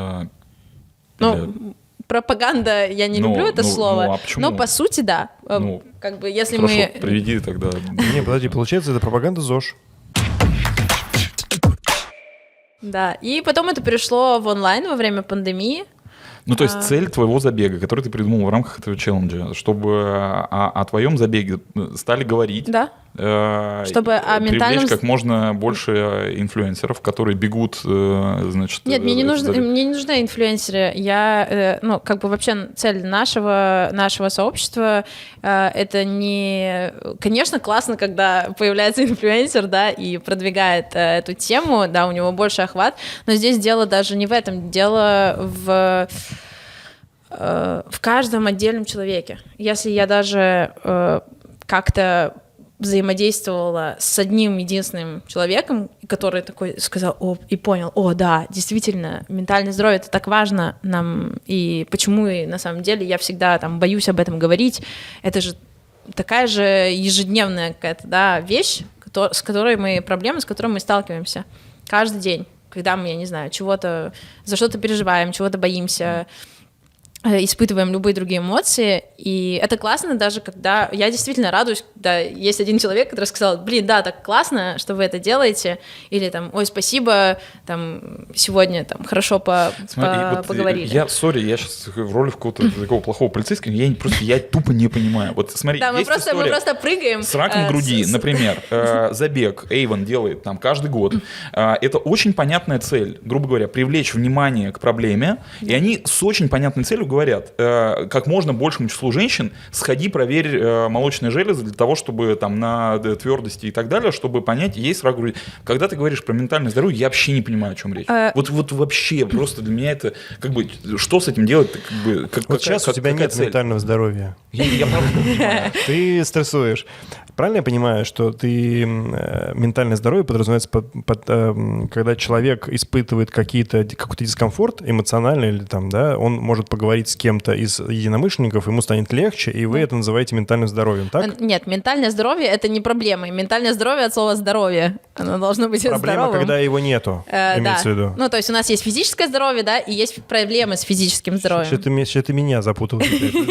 Пропаганда, я не люблю это слово, а почему? Но по сути, да. Как бы, если хорошо, мы... приведи тогда. Не, подожди, получается, это пропаганда ЗОЖ. Да, и потом это перешло в онлайн во время пандемии. Ну, то есть цель твоего забега, который ты придумал в рамках этого челленджа, чтобы о твоем забеге стали говорить, да. Чтобы о привлечь как можно больше инфлюенсеров, которые бегут, значит... Нет, мне не нужны инфлюенсеры. Я, ну, как бы вообще цель нашего сообщества это не... Конечно, классно, когда появляется инфлюенсер, да, и продвигает эту тему, да, у него больше охват, но здесь дело даже не в этом, дело в каждом отдельном человеке. Если я даже как-то взаимодействовала с одним единственным человеком, который такой сказал и понял, да, действительно, ментальное здоровье — это так важно нам, и почему и на самом деле я всегда там боюсь об этом говорить, это же такая же ежедневная какая-то, да, вещь, с которой проблемы, с которыми мы сталкиваемся каждый день, когда мы, я не знаю, чего-то, за что-то переживаем, чего-то боимся, испытываем любые другие эмоции, и это классно даже, когда я действительно радуюсь, когда есть один человек, который сказал, блин, да, так классно, что вы это делаете, или там, ой, спасибо, там, сегодня там хорошо поговорили. Я сейчас в роли какого-то такого плохого полицейского, я тупо не понимаю. Вот смотри, да, мы просто прыгаем. С раком груди, например, забег Эйвен делает там каждый год. Это очень понятная цель, грубо говоря, привлечь внимание к проблеме, и они с очень понятной целью говорят, как можно большему числу женщин сходи, проверь молочные железы для того, чтобы там на твердости и так далее, чтобы понять, есть рак груди. Когда ты говоришь про ментальное здоровье, я вообще не понимаю, о чем речь. Вот вообще просто для меня это как бы, что с этим делать? Как бы, вот сейчас у тебя нет ментального здоровья. Я правда не понимаю. Ты стрессуешь. Правильно я понимаю, что ты ментальное здоровье подразумевается когда человек испытывает какой-то дискомфорт эмоциональный или там, да, он может поговорить с кем-то из единомышленников, ему станет легче, и вы это называете ментальным здоровьем, так? Нет, ментальное здоровье — это не проблема. Ментальное здоровье от слова здоровье. Оно должно быть здоровым. Проблема, когда его нету, имеется в виду. Ну, то есть у нас есть физическое здоровье, да, и есть проблемы с физическим здоровьем. Что ты меня запутал.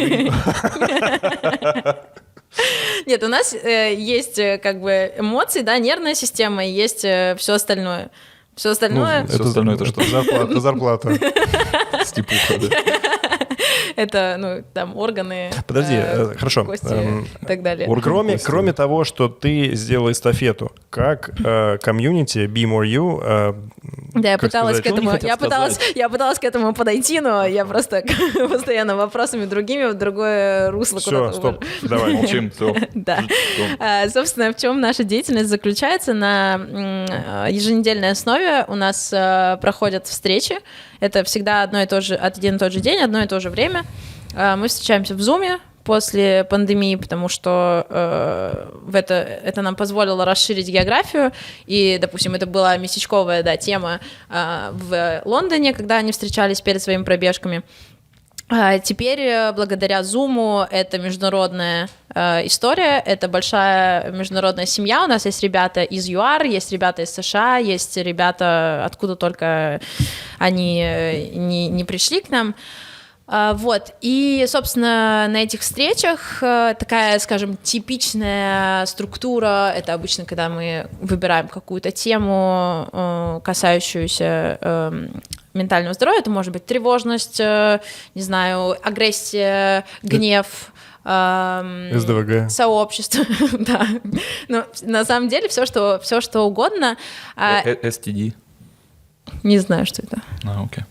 Нет, у нас есть как бы эмоции, да, нервная система, и есть все остальное. Все остальное... Все остальное это что? Зарплата. Степуха, да. Это, ну, там, органы, подожди, хорошо. Кости и так далее. Кроме того, что ты сделал эстафету, как комьюнити Be More You Да, я пыталась к этому подойти, но я просто постоянно вопросами другими в другое русло куда-то. Все, стоп, давай, молчим. Да. Собственно, в чем наша деятельность заключается? На еженедельной основе у нас проходят встречи. Это всегда один и тот же день, одно и то же время. Мы встречаемся в Zoom после пандемии, потому что это нам позволило расширить географию, и, допустим, это была местечковая тема в Лондоне, когда они встречались перед своими пробежками. Теперь, благодаря Zoom, это международная история, это большая международная семья, у нас есть ребята из ЮАР, есть ребята из США, есть ребята, откуда только они не пришли к нам. Вот, и, собственно, на этих встречах такая, скажем, типичная структура, это обычно, когда мы выбираем какую-то тему, касающуюся ментального здоровья, это может быть тревожность, не знаю, агрессия, гнев, СДВГ. Сообщество, да. Но на самом деле все, что угодно. STD. Не знаю, что это. Окей.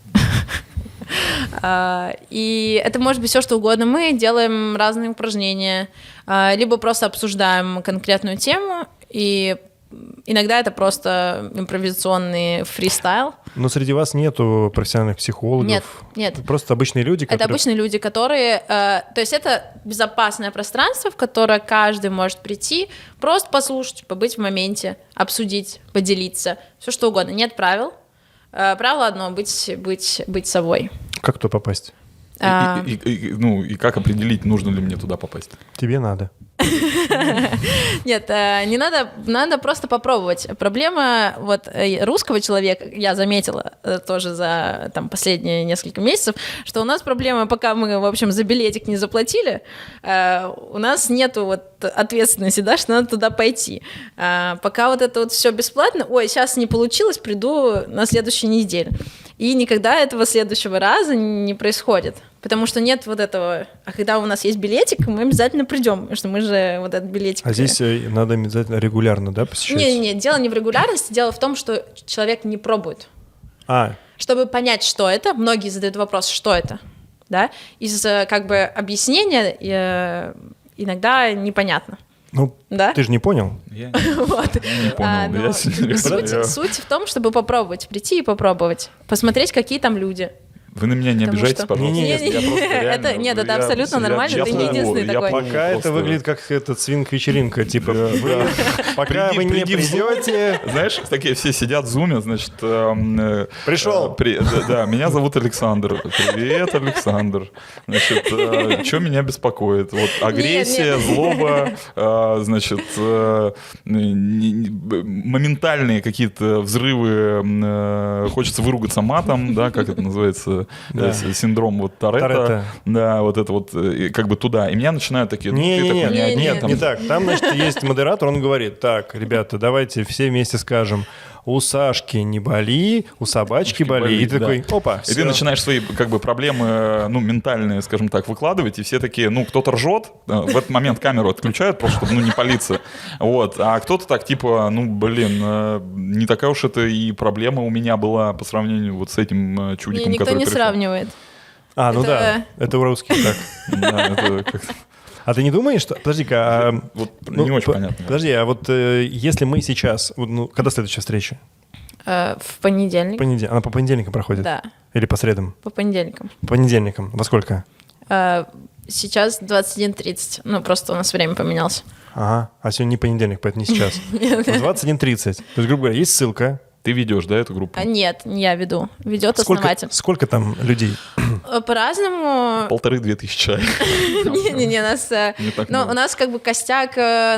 И это может быть все, что угодно. Мы делаем разные упражнения, либо просто обсуждаем конкретную тему, и иногда это просто импровизационный фристайл. Но среди вас нету профессиональных психологов? Нет. Просто обычные люди, которые... Это обычные люди, которые... То есть это безопасное пространство, в которое каждый может прийти, просто послушать, побыть в моменте, обсудить, поделиться, все что угодно. Нет правил. Правило одно — быть собой. Как туда попасть? И как определить, нужно ли мне туда попасть? Тебе надо. Нет, не надо, надо просто попробовать. Проблема русского человека, я заметила тоже за последние несколько месяцев, что у нас проблема, пока мы, в общем, за билетик не заплатили, у нас нету ответственности, что надо туда пойти. Пока это все бесплатно, сейчас не получилось, приду на следующей неделе. И никогда этого следующего раза не происходит, потому что нет этого, а когда у нас есть билетик, мы обязательно придем, потому что мы же этот билетик... А здесь надо обязательно регулярно, посещать? Нет, дело не в регулярности, дело в том, что человек не пробует. Чтобы понять, что это, многие задают вопрос, что это, да, из объяснения иногда непонятно. Да? Ты же не понял? Я не понял. Суть в том, чтобы попробовать, прийти и попробовать, посмотреть, какие там люди. Вы на меня не обижайтесь, пожалуйста. Нет, это абсолютно нормально, ты не единственный такой. Пока это выглядит как свинг-вечеринка, пока вы не придете... Знаешь, такие все сидят в зуме, значит... Пришел. Да, меня зовут Александр. Привет, Александр. Значит, что меня беспокоит? Агрессия, злоба, значит, моментальные какие-то взрывы, хочется выругаться матом, да, как это называется... синдром Торетто. Да, это туда. И меня начинают такие... Нет, не так. Там, значит, есть модератор, он говорит: так, ребята, давайте все вместе скажем: у Сашки не боли, у собачки боли. И ты такой, опа, и ты начинаешь свои проблемы, ментальные, скажем так, выкладывать, и все такие, кто-то ржет, в этот момент камеру отключают, просто чтобы, не палиться. А кто-то так, не такая уж это и проблема у меня была по сравнению с этим чудиком, никто который не пришел. Сравнивает. Это у русских так. Да, это как-то... А ты не думаешь, что... Подожди-ка, не очень понятно. Подожди, если мы сейчас... когда следующая встреча? В понедельник. Она по понедельникам проходит? Да. Или по средам? По понедельникам. По понедельникам. Во сколько? Сейчас 21:30. Просто у нас время поменялось. Ага. А сегодня не понедельник, поэтому не сейчас. В 21:30. То есть, грубо говоря, есть ссылка. Ты ведешь, да, эту группу? Нет, не я веду. Ведет основатель. Сколько там людей? По-разному. 1500-2000 человек. Не, у нас костяк,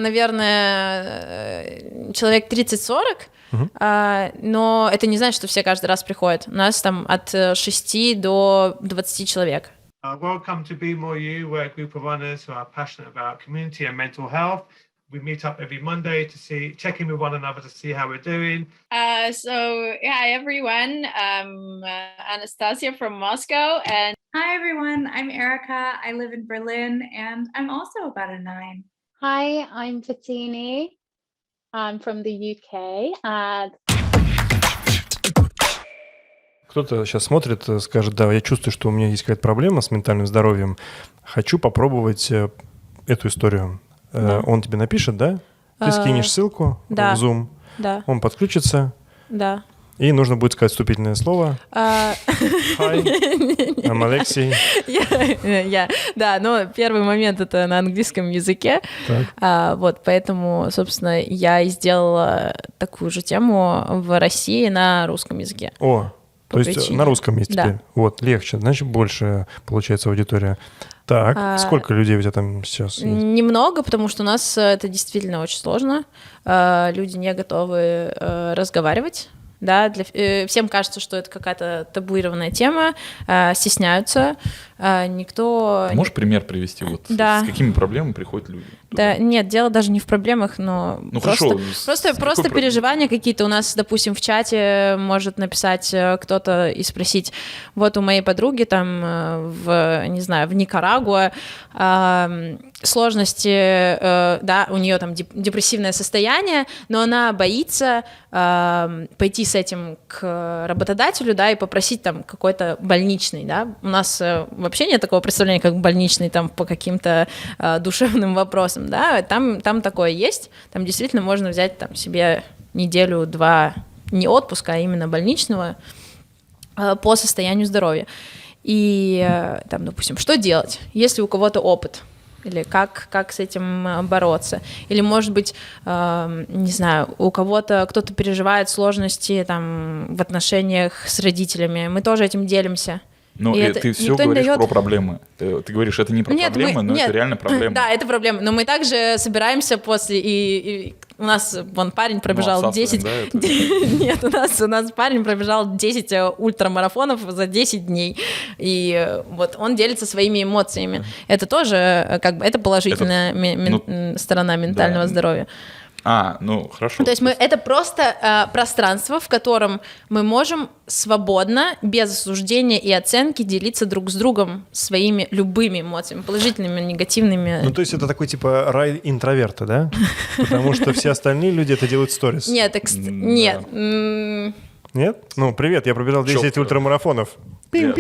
наверное, человек 30-40, но это не значит, что все каждый раз приходят. У нас там от 6 до 20 человек. Welcome to Be More You. We're a group of runners who are passionate about community and mental health. We meet up every Monday to check in with one another to see how we're doing. Hi everyone, I'm Anastasia from Moscow, and hi everyone, I'm Erica. I live in Berlin, and I'm also about a 9. Hi, I'm Fatini. I'm from the UK. Кто-то сейчас смотрит, скажет, да, я чувствую, что у меня есть какая-то проблема с ментальным здоровьем, хочу попробовать эту историю. Да. Он тебе напишет, да? Ты скинешь ссылку в Zoom, он подключится. Да. И нужно будет сказать вступительное слово. Hi, I'm Алексей. Да, но первый момент — это на английском языке. Вот, поэтому, собственно, я и сделала такую же тему в России на русском языке. О, то есть на русском есть теперь. Вот, легче, значит, больше получается аудитория. Так, сколько людей у тебя там сейчас есть? Немного, потому что у нас это действительно очень сложно. Люди не готовы разговаривать. Да, всем кажется, что это какая-то табуированная тема, стесняются, никто... Ты можешь пример привести? Вот с какими проблемами приходят люди? Да, нет, дело даже не в проблемах, но просто переживания какие-то. У нас, допустим, в чате может написать кто-то и спросить, вот у моей подруги там в Никарагуа сложности, да, у нее там депрессивное состояние, но она боится пойти с этим к работодателю, да, и попросить там какой-то больничный, да. У нас вообще нет такого представления, как больничный там по каким-то душевным вопросам, да. Там такое есть, там действительно можно взять там себе неделю-два не отпуска, а именно больничного по состоянию здоровья. И там, допустим, что делать, если у кого-то опыт? Или как с этим бороться? Или, может быть, не знаю, у кого-то, кто-то переживает сложности там, в отношениях с родителями. Мы тоже этим делимся. Но ты все говоришь про проблемы. Ты говоришь, это не про проблемы, но это реально проблема. Да, это проблема. Но мы также собираемся после... И у нас вон парень пробежал 10... Нет, у нас парень пробежал 10 ультрамарафонов за 10 дней. И вот он делится своими эмоциями. Это тоже как бы это положительная сторона ментального здоровья. Ну хорошо. То есть это просто пространство, в котором мы можем свободно, без осуждения и оценки делиться друг с другом своими любыми эмоциями, положительными, негативными. Ну то есть это такой типа рай интроверта, да? Потому что все остальные люди это делают в сторис. Нет, нет. Нет? Ну, привет, я пробежал 10 ультрамарафонов. Нет,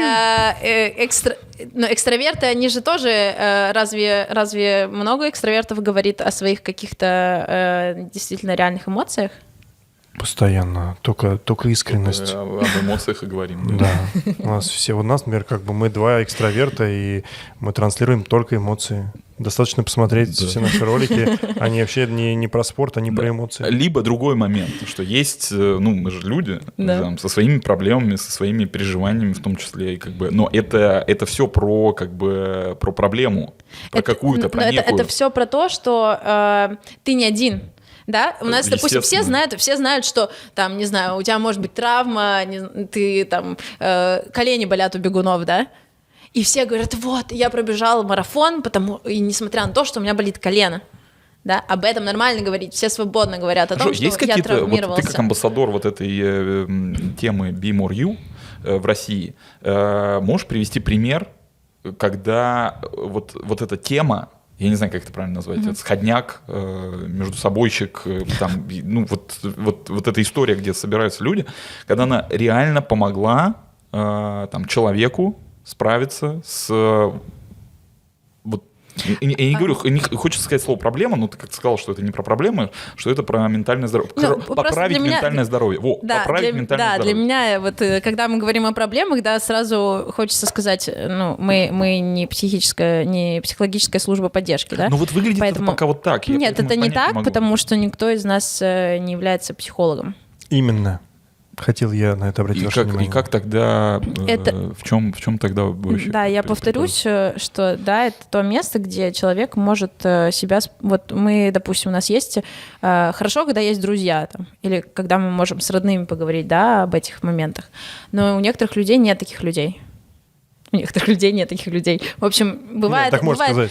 экстраверты, они же тоже, разве много экстравертов говорит о своих каких-то действительно реальных эмоциях? Постоянно, только искренность. Об эмоциях и говорим. Да. У нас, например, как бы мы два экстраверта, и мы транслируем только эмоции. Достаточно посмотреть все наши ролики, они вообще не про спорт, они про эмоции. Либо другой момент, что есть, мы же люди, там, со своими проблемами, со своими переживаниями в том числе, и как бы, но это все про про проблему, про какую-то, про некую. Это все про то, что ты не один. Да, у нас, допустим, все знают, что там, не знаю, у тебя может быть травма, ты там колени болят у бегунов, да? И все говорят, вот, я пробежала марафон, и несмотря на то, что у меня болит колено. Да, об этом нормально говорить, все свободно говорят о том, что я травмировался. Ты как амбассадор вот этой темы Be More You в России, можешь привести пример, когда вот эта тема, я не знаю, как это правильно назвать, это сходняк, междусобойщик, там, вот эта история, где собираются люди, когда она реально помогла там, человеку справиться с... Я не говорю, не хочется сказать слово «проблема», но ты как-то сказал, что это не про проблемы, что это про ментальное здоровье. Поправить ментальное здоровье. Поправить ментальное здоровье. Да, для меня, вот когда мы говорим о проблемах, да, сразу хочется сказать, мы не психологическая служба поддержки, да. Ну вот выглядит это пока вот так. Нет, это не так, потому что никто из нас не является психологом. Именно. Хотел я на это обратить ваше внимание. И как тогда, в чем тогда вообще? Да, я повторюсь, что да, это то место, где человек может себя... Вот мы, допустим, у нас есть... Хорошо, когда есть друзья, там, или когда мы можем с родными поговорить, да, об этих моментах. Но у некоторых людей нет таких людей. У некоторых людей нет таких людей. В общем, бывает... Так можно сказать.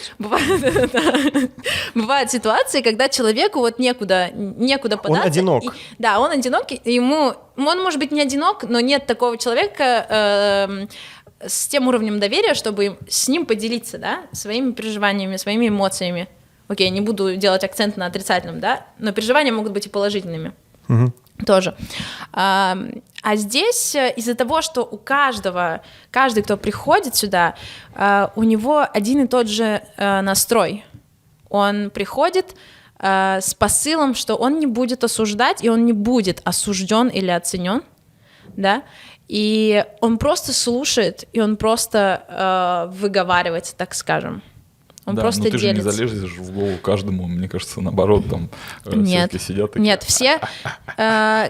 Бывают ситуации, когда человеку вот некуда податься. Он одинок. Да, он одинок, ему... Он может быть не одинок, но нет такого человека с тем уровнем доверия, чтобы с ним поделиться, да, своими переживаниями, своими эмоциями. Окей, не буду делать акцент на отрицательном, да, но переживания могут быть и положительными. тоже. А здесь из-за того, что у каждый, кто приходит сюда, у него один и тот же настрой. Он приходит с посылом, что он не будет осуждать, и он не будет осужден или оценен, да, и он просто слушает, и он просто выговаривает, так скажем. Он просто но ты делится. же не залезешь в голову каждому, мне кажется, наоборот, там нет, сидят такие. Нет, все, а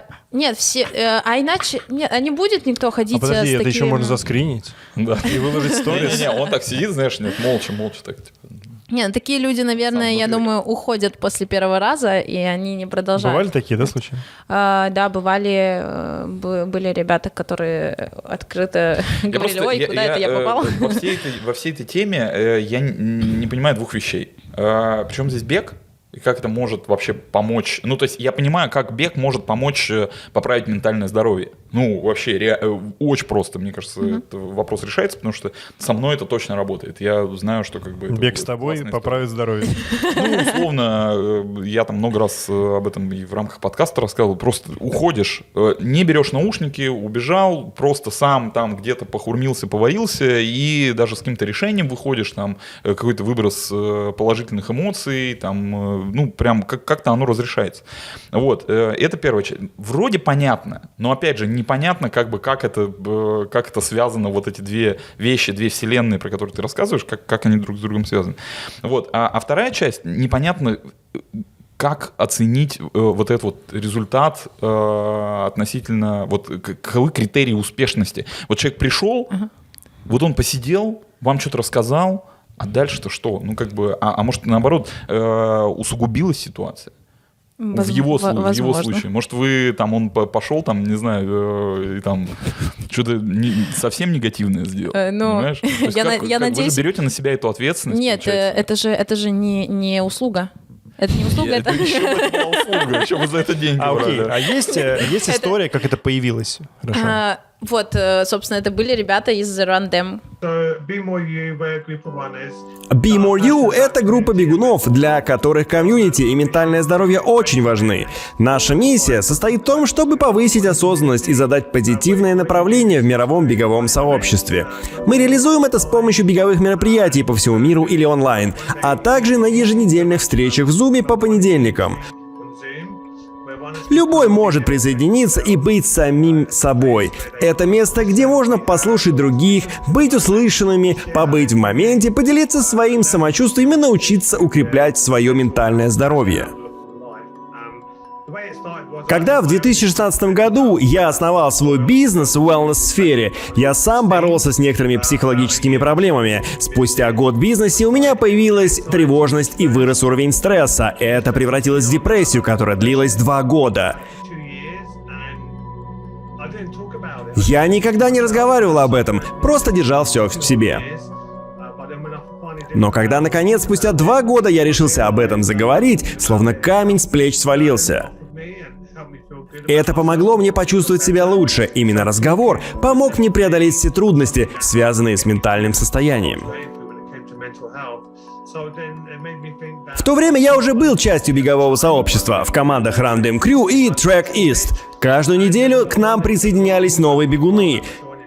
иначе, нет, не будет никто ходить подожди, с это таким... еще можно заскринить и выложить сторис. Не, он так сидит, знаешь, молча так, типа. Нет, такие люди, наверное, я думаю, уходят после первого раза, и они не продолжают. Бывали такие, да, случаи? Да, были ребята, которые открыто говорили, ой, куда это я попал? Во всей этой теме я не понимаю двух вещей. Причем здесь бег? И как это может вообще помочь? Ну, то есть я понимаю, как бег может помочь поправить ментальное здоровье. Ну, вообще, очень просто, мне кажется, этот вопрос решается, потому что со мной это точно работает. Я знаю, что как бы... Бег с тобой поправит здоровье. Ну, условно, я там много раз об этом и в рамках подкаста рассказывал. Просто уходишь, не берешь наушники, убежал, просто сам там где-то похурмился, поварился, и даже с каким-то решением выходишь, там, какой-то выброс положительных эмоций, там, ну, прям как-то оно разрешается. Вот, это первая часть. Вроде понятно, но, опять же, непонятно, как это связано, вот эти две вещи, две вселенные, про которые ты рассказываешь, как они друг с другом связаны. Вот. А вторая часть, непонятно, как оценить вот этот вот результат относительно, вот каковы критерии успешности. Вот человек пришел, вот он посидел, вам что-то рассказал, а дальше-то что? Ну, как бы, а может, наоборот, усугубилась ситуация? В его случае. Может, он пошел, там, не знаю, и там что-то совсем негативное сделал. Понимаешь? Вы же берете на себя эту ответственность. Нет, это же не услуга. Это не услуга, это... еще была услуга, еще вы за это деньги брали. А есть история, как это появилось? Хорошо. Вот, собственно, это были ребята из Random. Be More You, we're a group of runners. Be More You — это группа бегунов, для которых комьюнити и ментальное здоровье очень важны. Наша миссия состоит в том, чтобы повысить осознанность и задать позитивное направление в мировом беговом сообществе. Мы реализуем это с помощью беговых мероприятий по всему миру или онлайн, а также на еженедельных встречах в Zoom по понедельникам. Любой может присоединиться и быть самим собой. Это место, где можно послушать других, быть услышанными, побыть в моменте, поделиться своим самочувствием и научиться укреплять свое ментальное здоровье. Когда в 2016 году я основал свой бизнес в wellness-сфере, я сам боролся с некоторыми психологическими проблемами. Спустя год в бизнесе у меня появилась тревожность и вырос уровень стресса. Это превратилось в депрессию, которая длилась 2 года. Я никогда не разговаривал об этом, просто держал все в себе. Но когда, наконец, спустя 2 года я решился об этом заговорить, словно камень с плеч свалился. Это помогло мне почувствовать себя лучше. Именно разговор помог мне преодолеть все трудности, связанные с ментальным состоянием. В то время я уже был частью бегового сообщества в командах Random Crew и Track East. Каждую неделю к нам присоединялись новые бегуны.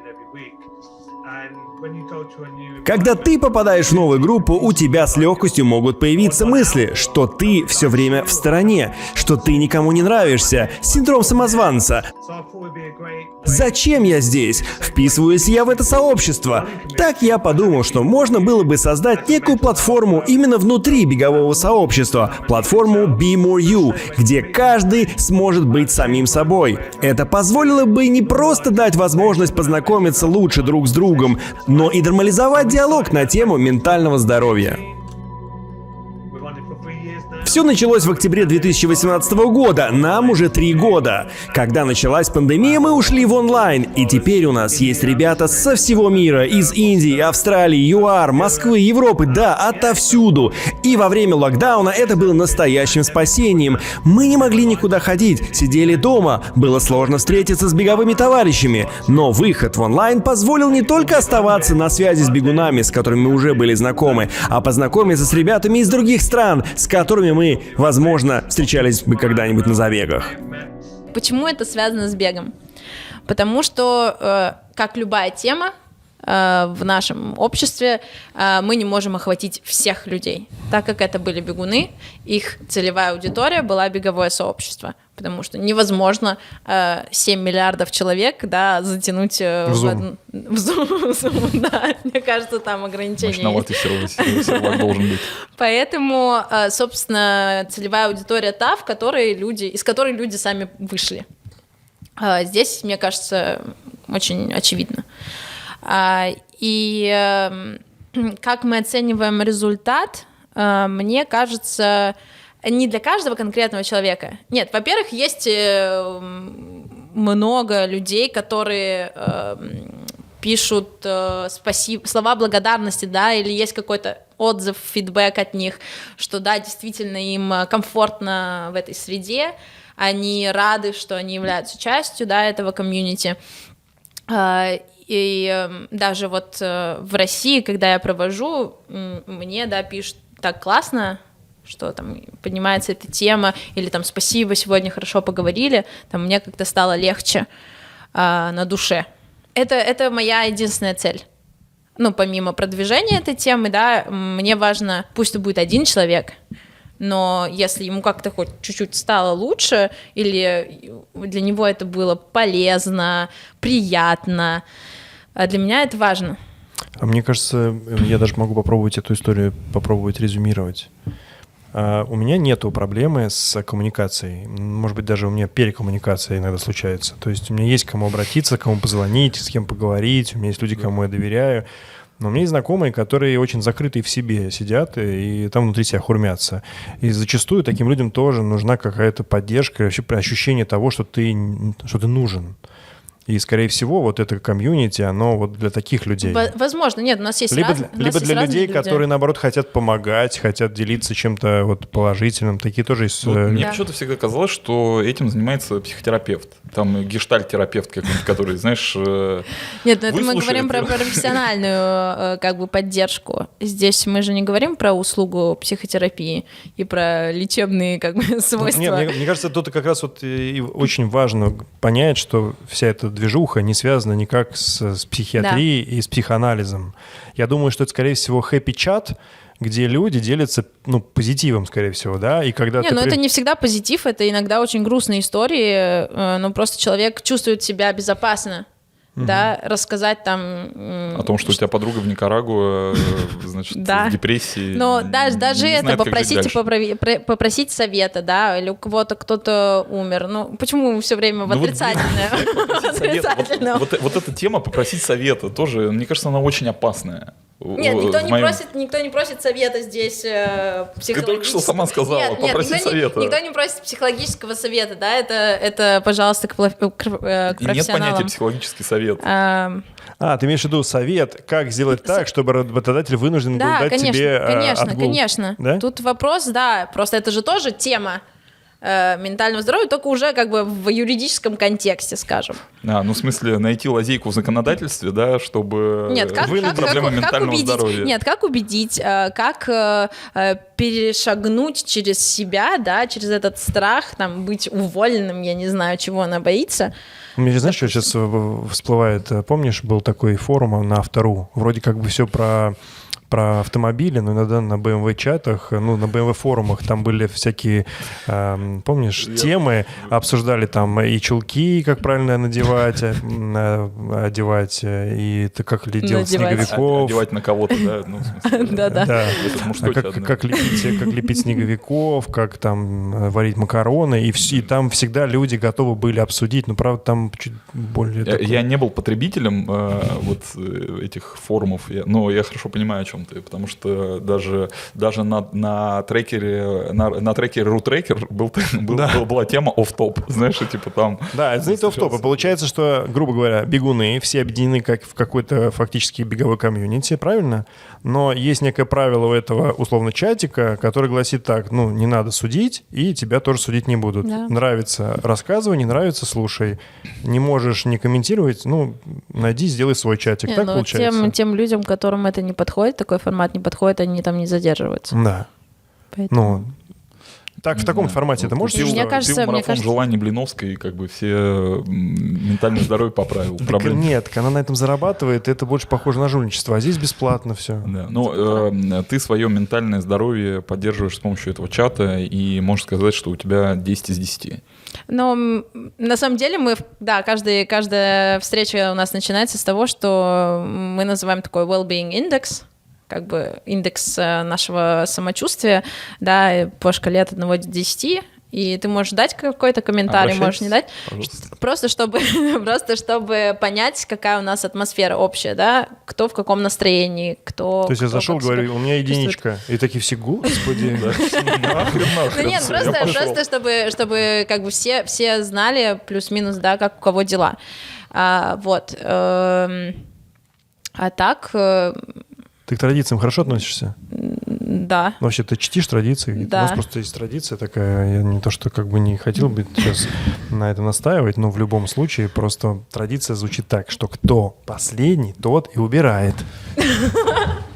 Когда ты попадаешь в новую группу, у тебя с легкостью могут появиться мысли, что ты все время в стороне, что ты никому не нравишься, синдром самозванца. Зачем я здесь? Вписываюсь я в это сообщество? Так я подумал, что можно было бы создать некую платформу именно внутри бегового сообщества, платформу Be More You, где каждый сможет быть самим собой. Это позволило бы не просто дать возможность познакомиться лучше друг с другом, но и нормализовать диалог на тему ментального здоровья. Все началось в октябре 2018 года, нам уже 3 года. Когда началась пандемия, мы ушли в онлайн, и теперь у нас есть ребята со всего мира, из Индии, Австралии, ЮАР, Москвы, Европы, да, отовсюду. И во время локдауна это было настоящим спасением. Мы не могли никуда ходить, сидели дома, было сложно встретиться с беговыми товарищами. Но выход в онлайн позволил не только оставаться на связи с бегунами, с которыми мы уже были знакомы, а познакомиться с ребятами из других стран, с которыми мы, возможно, встречались бы когда-нибудь на забегах. Почему это связано с бегом? Потому что, как любая тема, в нашем обществе мы не можем охватить всех людей. Так как это были бегуны, их целевая аудитория была беговое сообщество, потому что невозможно 7 миллиардов человек, да, затянуть в Zoom, да, мне кажется, там ограничения есть. Мощноватый сервак должен быть. Поэтому, собственно, целевая аудитория та, из которой люди сами вышли. Здесь, мне кажется, очень очевидно. И как мы оцениваем результат, мне кажется, не для каждого конкретного человека. Нет, во-первых, есть много людей, которые пишут слова благодарности, да, или есть какой-то отзыв, фидбэк от них, что да, действительно им комфортно в этой среде, они рады, что они являются частью, да, этого комьюнити. И даже вот в России, когда я провожу, мне, да, пишут: так классно, что там поднимается эта тема, или там спасибо, сегодня хорошо поговорили, там мне как-то стало легче на душе. Это моя единственная цель. Ну, помимо продвижения этой темы, да, мне важно, пусть это будет один человек, но если ему как-то хоть чуть-чуть стало лучше, или для него это было полезно, приятно, для меня это важно. А мне кажется, я даже могу попробовать эту историю резюмировать. У меня нету проблемы с коммуникацией. Может быть, даже у меня перекоммуникация иногда случается. То есть у меня есть к кому обратиться, кому позвонить, с кем поговорить. У меня есть люди, кому я доверяю. Но у меня есть знакомые, которые очень закрытые в себе сидят и там внутри себя хурмятся. И зачастую таким людям тоже нужна какая-то поддержка, вообще ощущение того, что ты нужен. И, скорее всего, вот это комьюнити, оно вот для таких людей. Возможно, нет, у нас есть либо для людей, которые, наоборот, хотят помогать, хотят делиться чем-то вот положительным. Такие тоже есть. Мне почему-то всегда казалось, что этим занимается психотерапевт. Там гештальт-терапевт какой-нибудь, который, знаешь, нет, это мы говорим про профессиональную как бы поддержку. Здесь мы же не говорим про услугу психотерапии и про лечебные как бы свойства. Нет, мне кажется, тут как раз вот и очень важно понять, что вся эта движуха не связана никак с психиатрией и с психоанализом. Я думаю, что это, скорее всего, хэппи-чат, где люди делятся, позитивом, скорее всего, да, и когда это не всегда позитив, это иногда очень грустные истории, но просто человек чувствует себя безопасно, да, рассказать там... О том, что у тебя подруга в Никарагуа, значит, в депрессии. Но даже это, попросить совета, да, или у кого-то кто-то умер. Почему все время в отрицательное? Вот эта тема «попросить совета» тоже, мне кажется, она очень опасная. Нет, никто не просит совета здесь психологического. Ты только что сама сказала, попросить совета. Никто не просит психологического совета, да, это пожалуйста, к профессионалам. Нет понятия психологический совет. Ты имеешь в виду совет, как сделать так, чтобы работодатель вынужден был дать тебе отгул? Конечно. Да? Тут вопрос, да, просто это же тоже тема ментального здоровья, только уже как бы в юридическом контексте, скажем. В смысле, найти лазейку в законодательстве, да, чтобы вынуть проблему ментального здоровья. Нет, как убедить, как перешагнуть через себя, да, через этот страх, там, быть уволенным, я не знаю, чего она боится. Мне знаешь, что сейчас всплывает? Помнишь, был такой форум на Авто.ру? Вроде как бы все про автомобили, но иногда на BMW-чатах, на BMW-форумах там были всякие, помнишь, темы, обсуждали там и чулки, как правильно надевать, и как ли делать снеговиков. Одевать на кого-то, да? Да. Как лепить снеговиков, как там варить макароны, и там всегда люди готовы были обсудить, но, правда, там чуть более... Я не был потребителем вот этих форумов, но я хорошо понимаю, о чем ты, потому что даже на трекере RootTracker была тема офф-топ, знаешь, типа там... Да, это знаете, офф-топ. И получается, что, грубо говоря, бегуны все объединены как в какой-то фактически беговой комьюнити, правильно? Но есть некое правило у этого, условно, чатика, которое гласит так: не надо судить, и тебя тоже судить не будут. Да. Нравится — рассказывай, не нравится — слушай. Не можешь не комментировать, найди, сделай свой чатик. Так получается. Тем людям, которым это не подходит, такой формат не подходит, они там не задерживаются. Да. Поэтому... Так, в таком формате это можешь? Мне кажется, марафон желаний Блиновской, как бы все ментальное здоровье поправил. Нет, она на этом зарабатывает, это больше похоже на жульничество, а здесь бесплатно все. Да. Ну, ты свое ментальное здоровье поддерживаешь с помощью этого чата, и можешь сказать, что у тебя 10 из 10. Но на самом деле каждая встреча у нас начинается с того, что мы называем такой well-being index, как бы индекс нашего самочувствия, да, по шкале от 1 до 10, и ты можешь дать какой-то комментарий, можешь не дать, просто чтобы понять, какая у нас атмосфера общая, да, кто в каком настроении, кто... То есть я зашел, говорю, у меня единичка, и такие все, господи. Ну нет, просто чтобы как бы все знали плюс-минус, да, как у кого дела. Вот. А так... Ты к традициям хорошо относишься? Да. Вообще, ты чтишь традиции? Да. У нас просто есть традиция такая, я не то, что как бы не хотел бы сейчас на это настаивать, но в любом случае просто традиция звучит так, что кто последний, тот и убирает.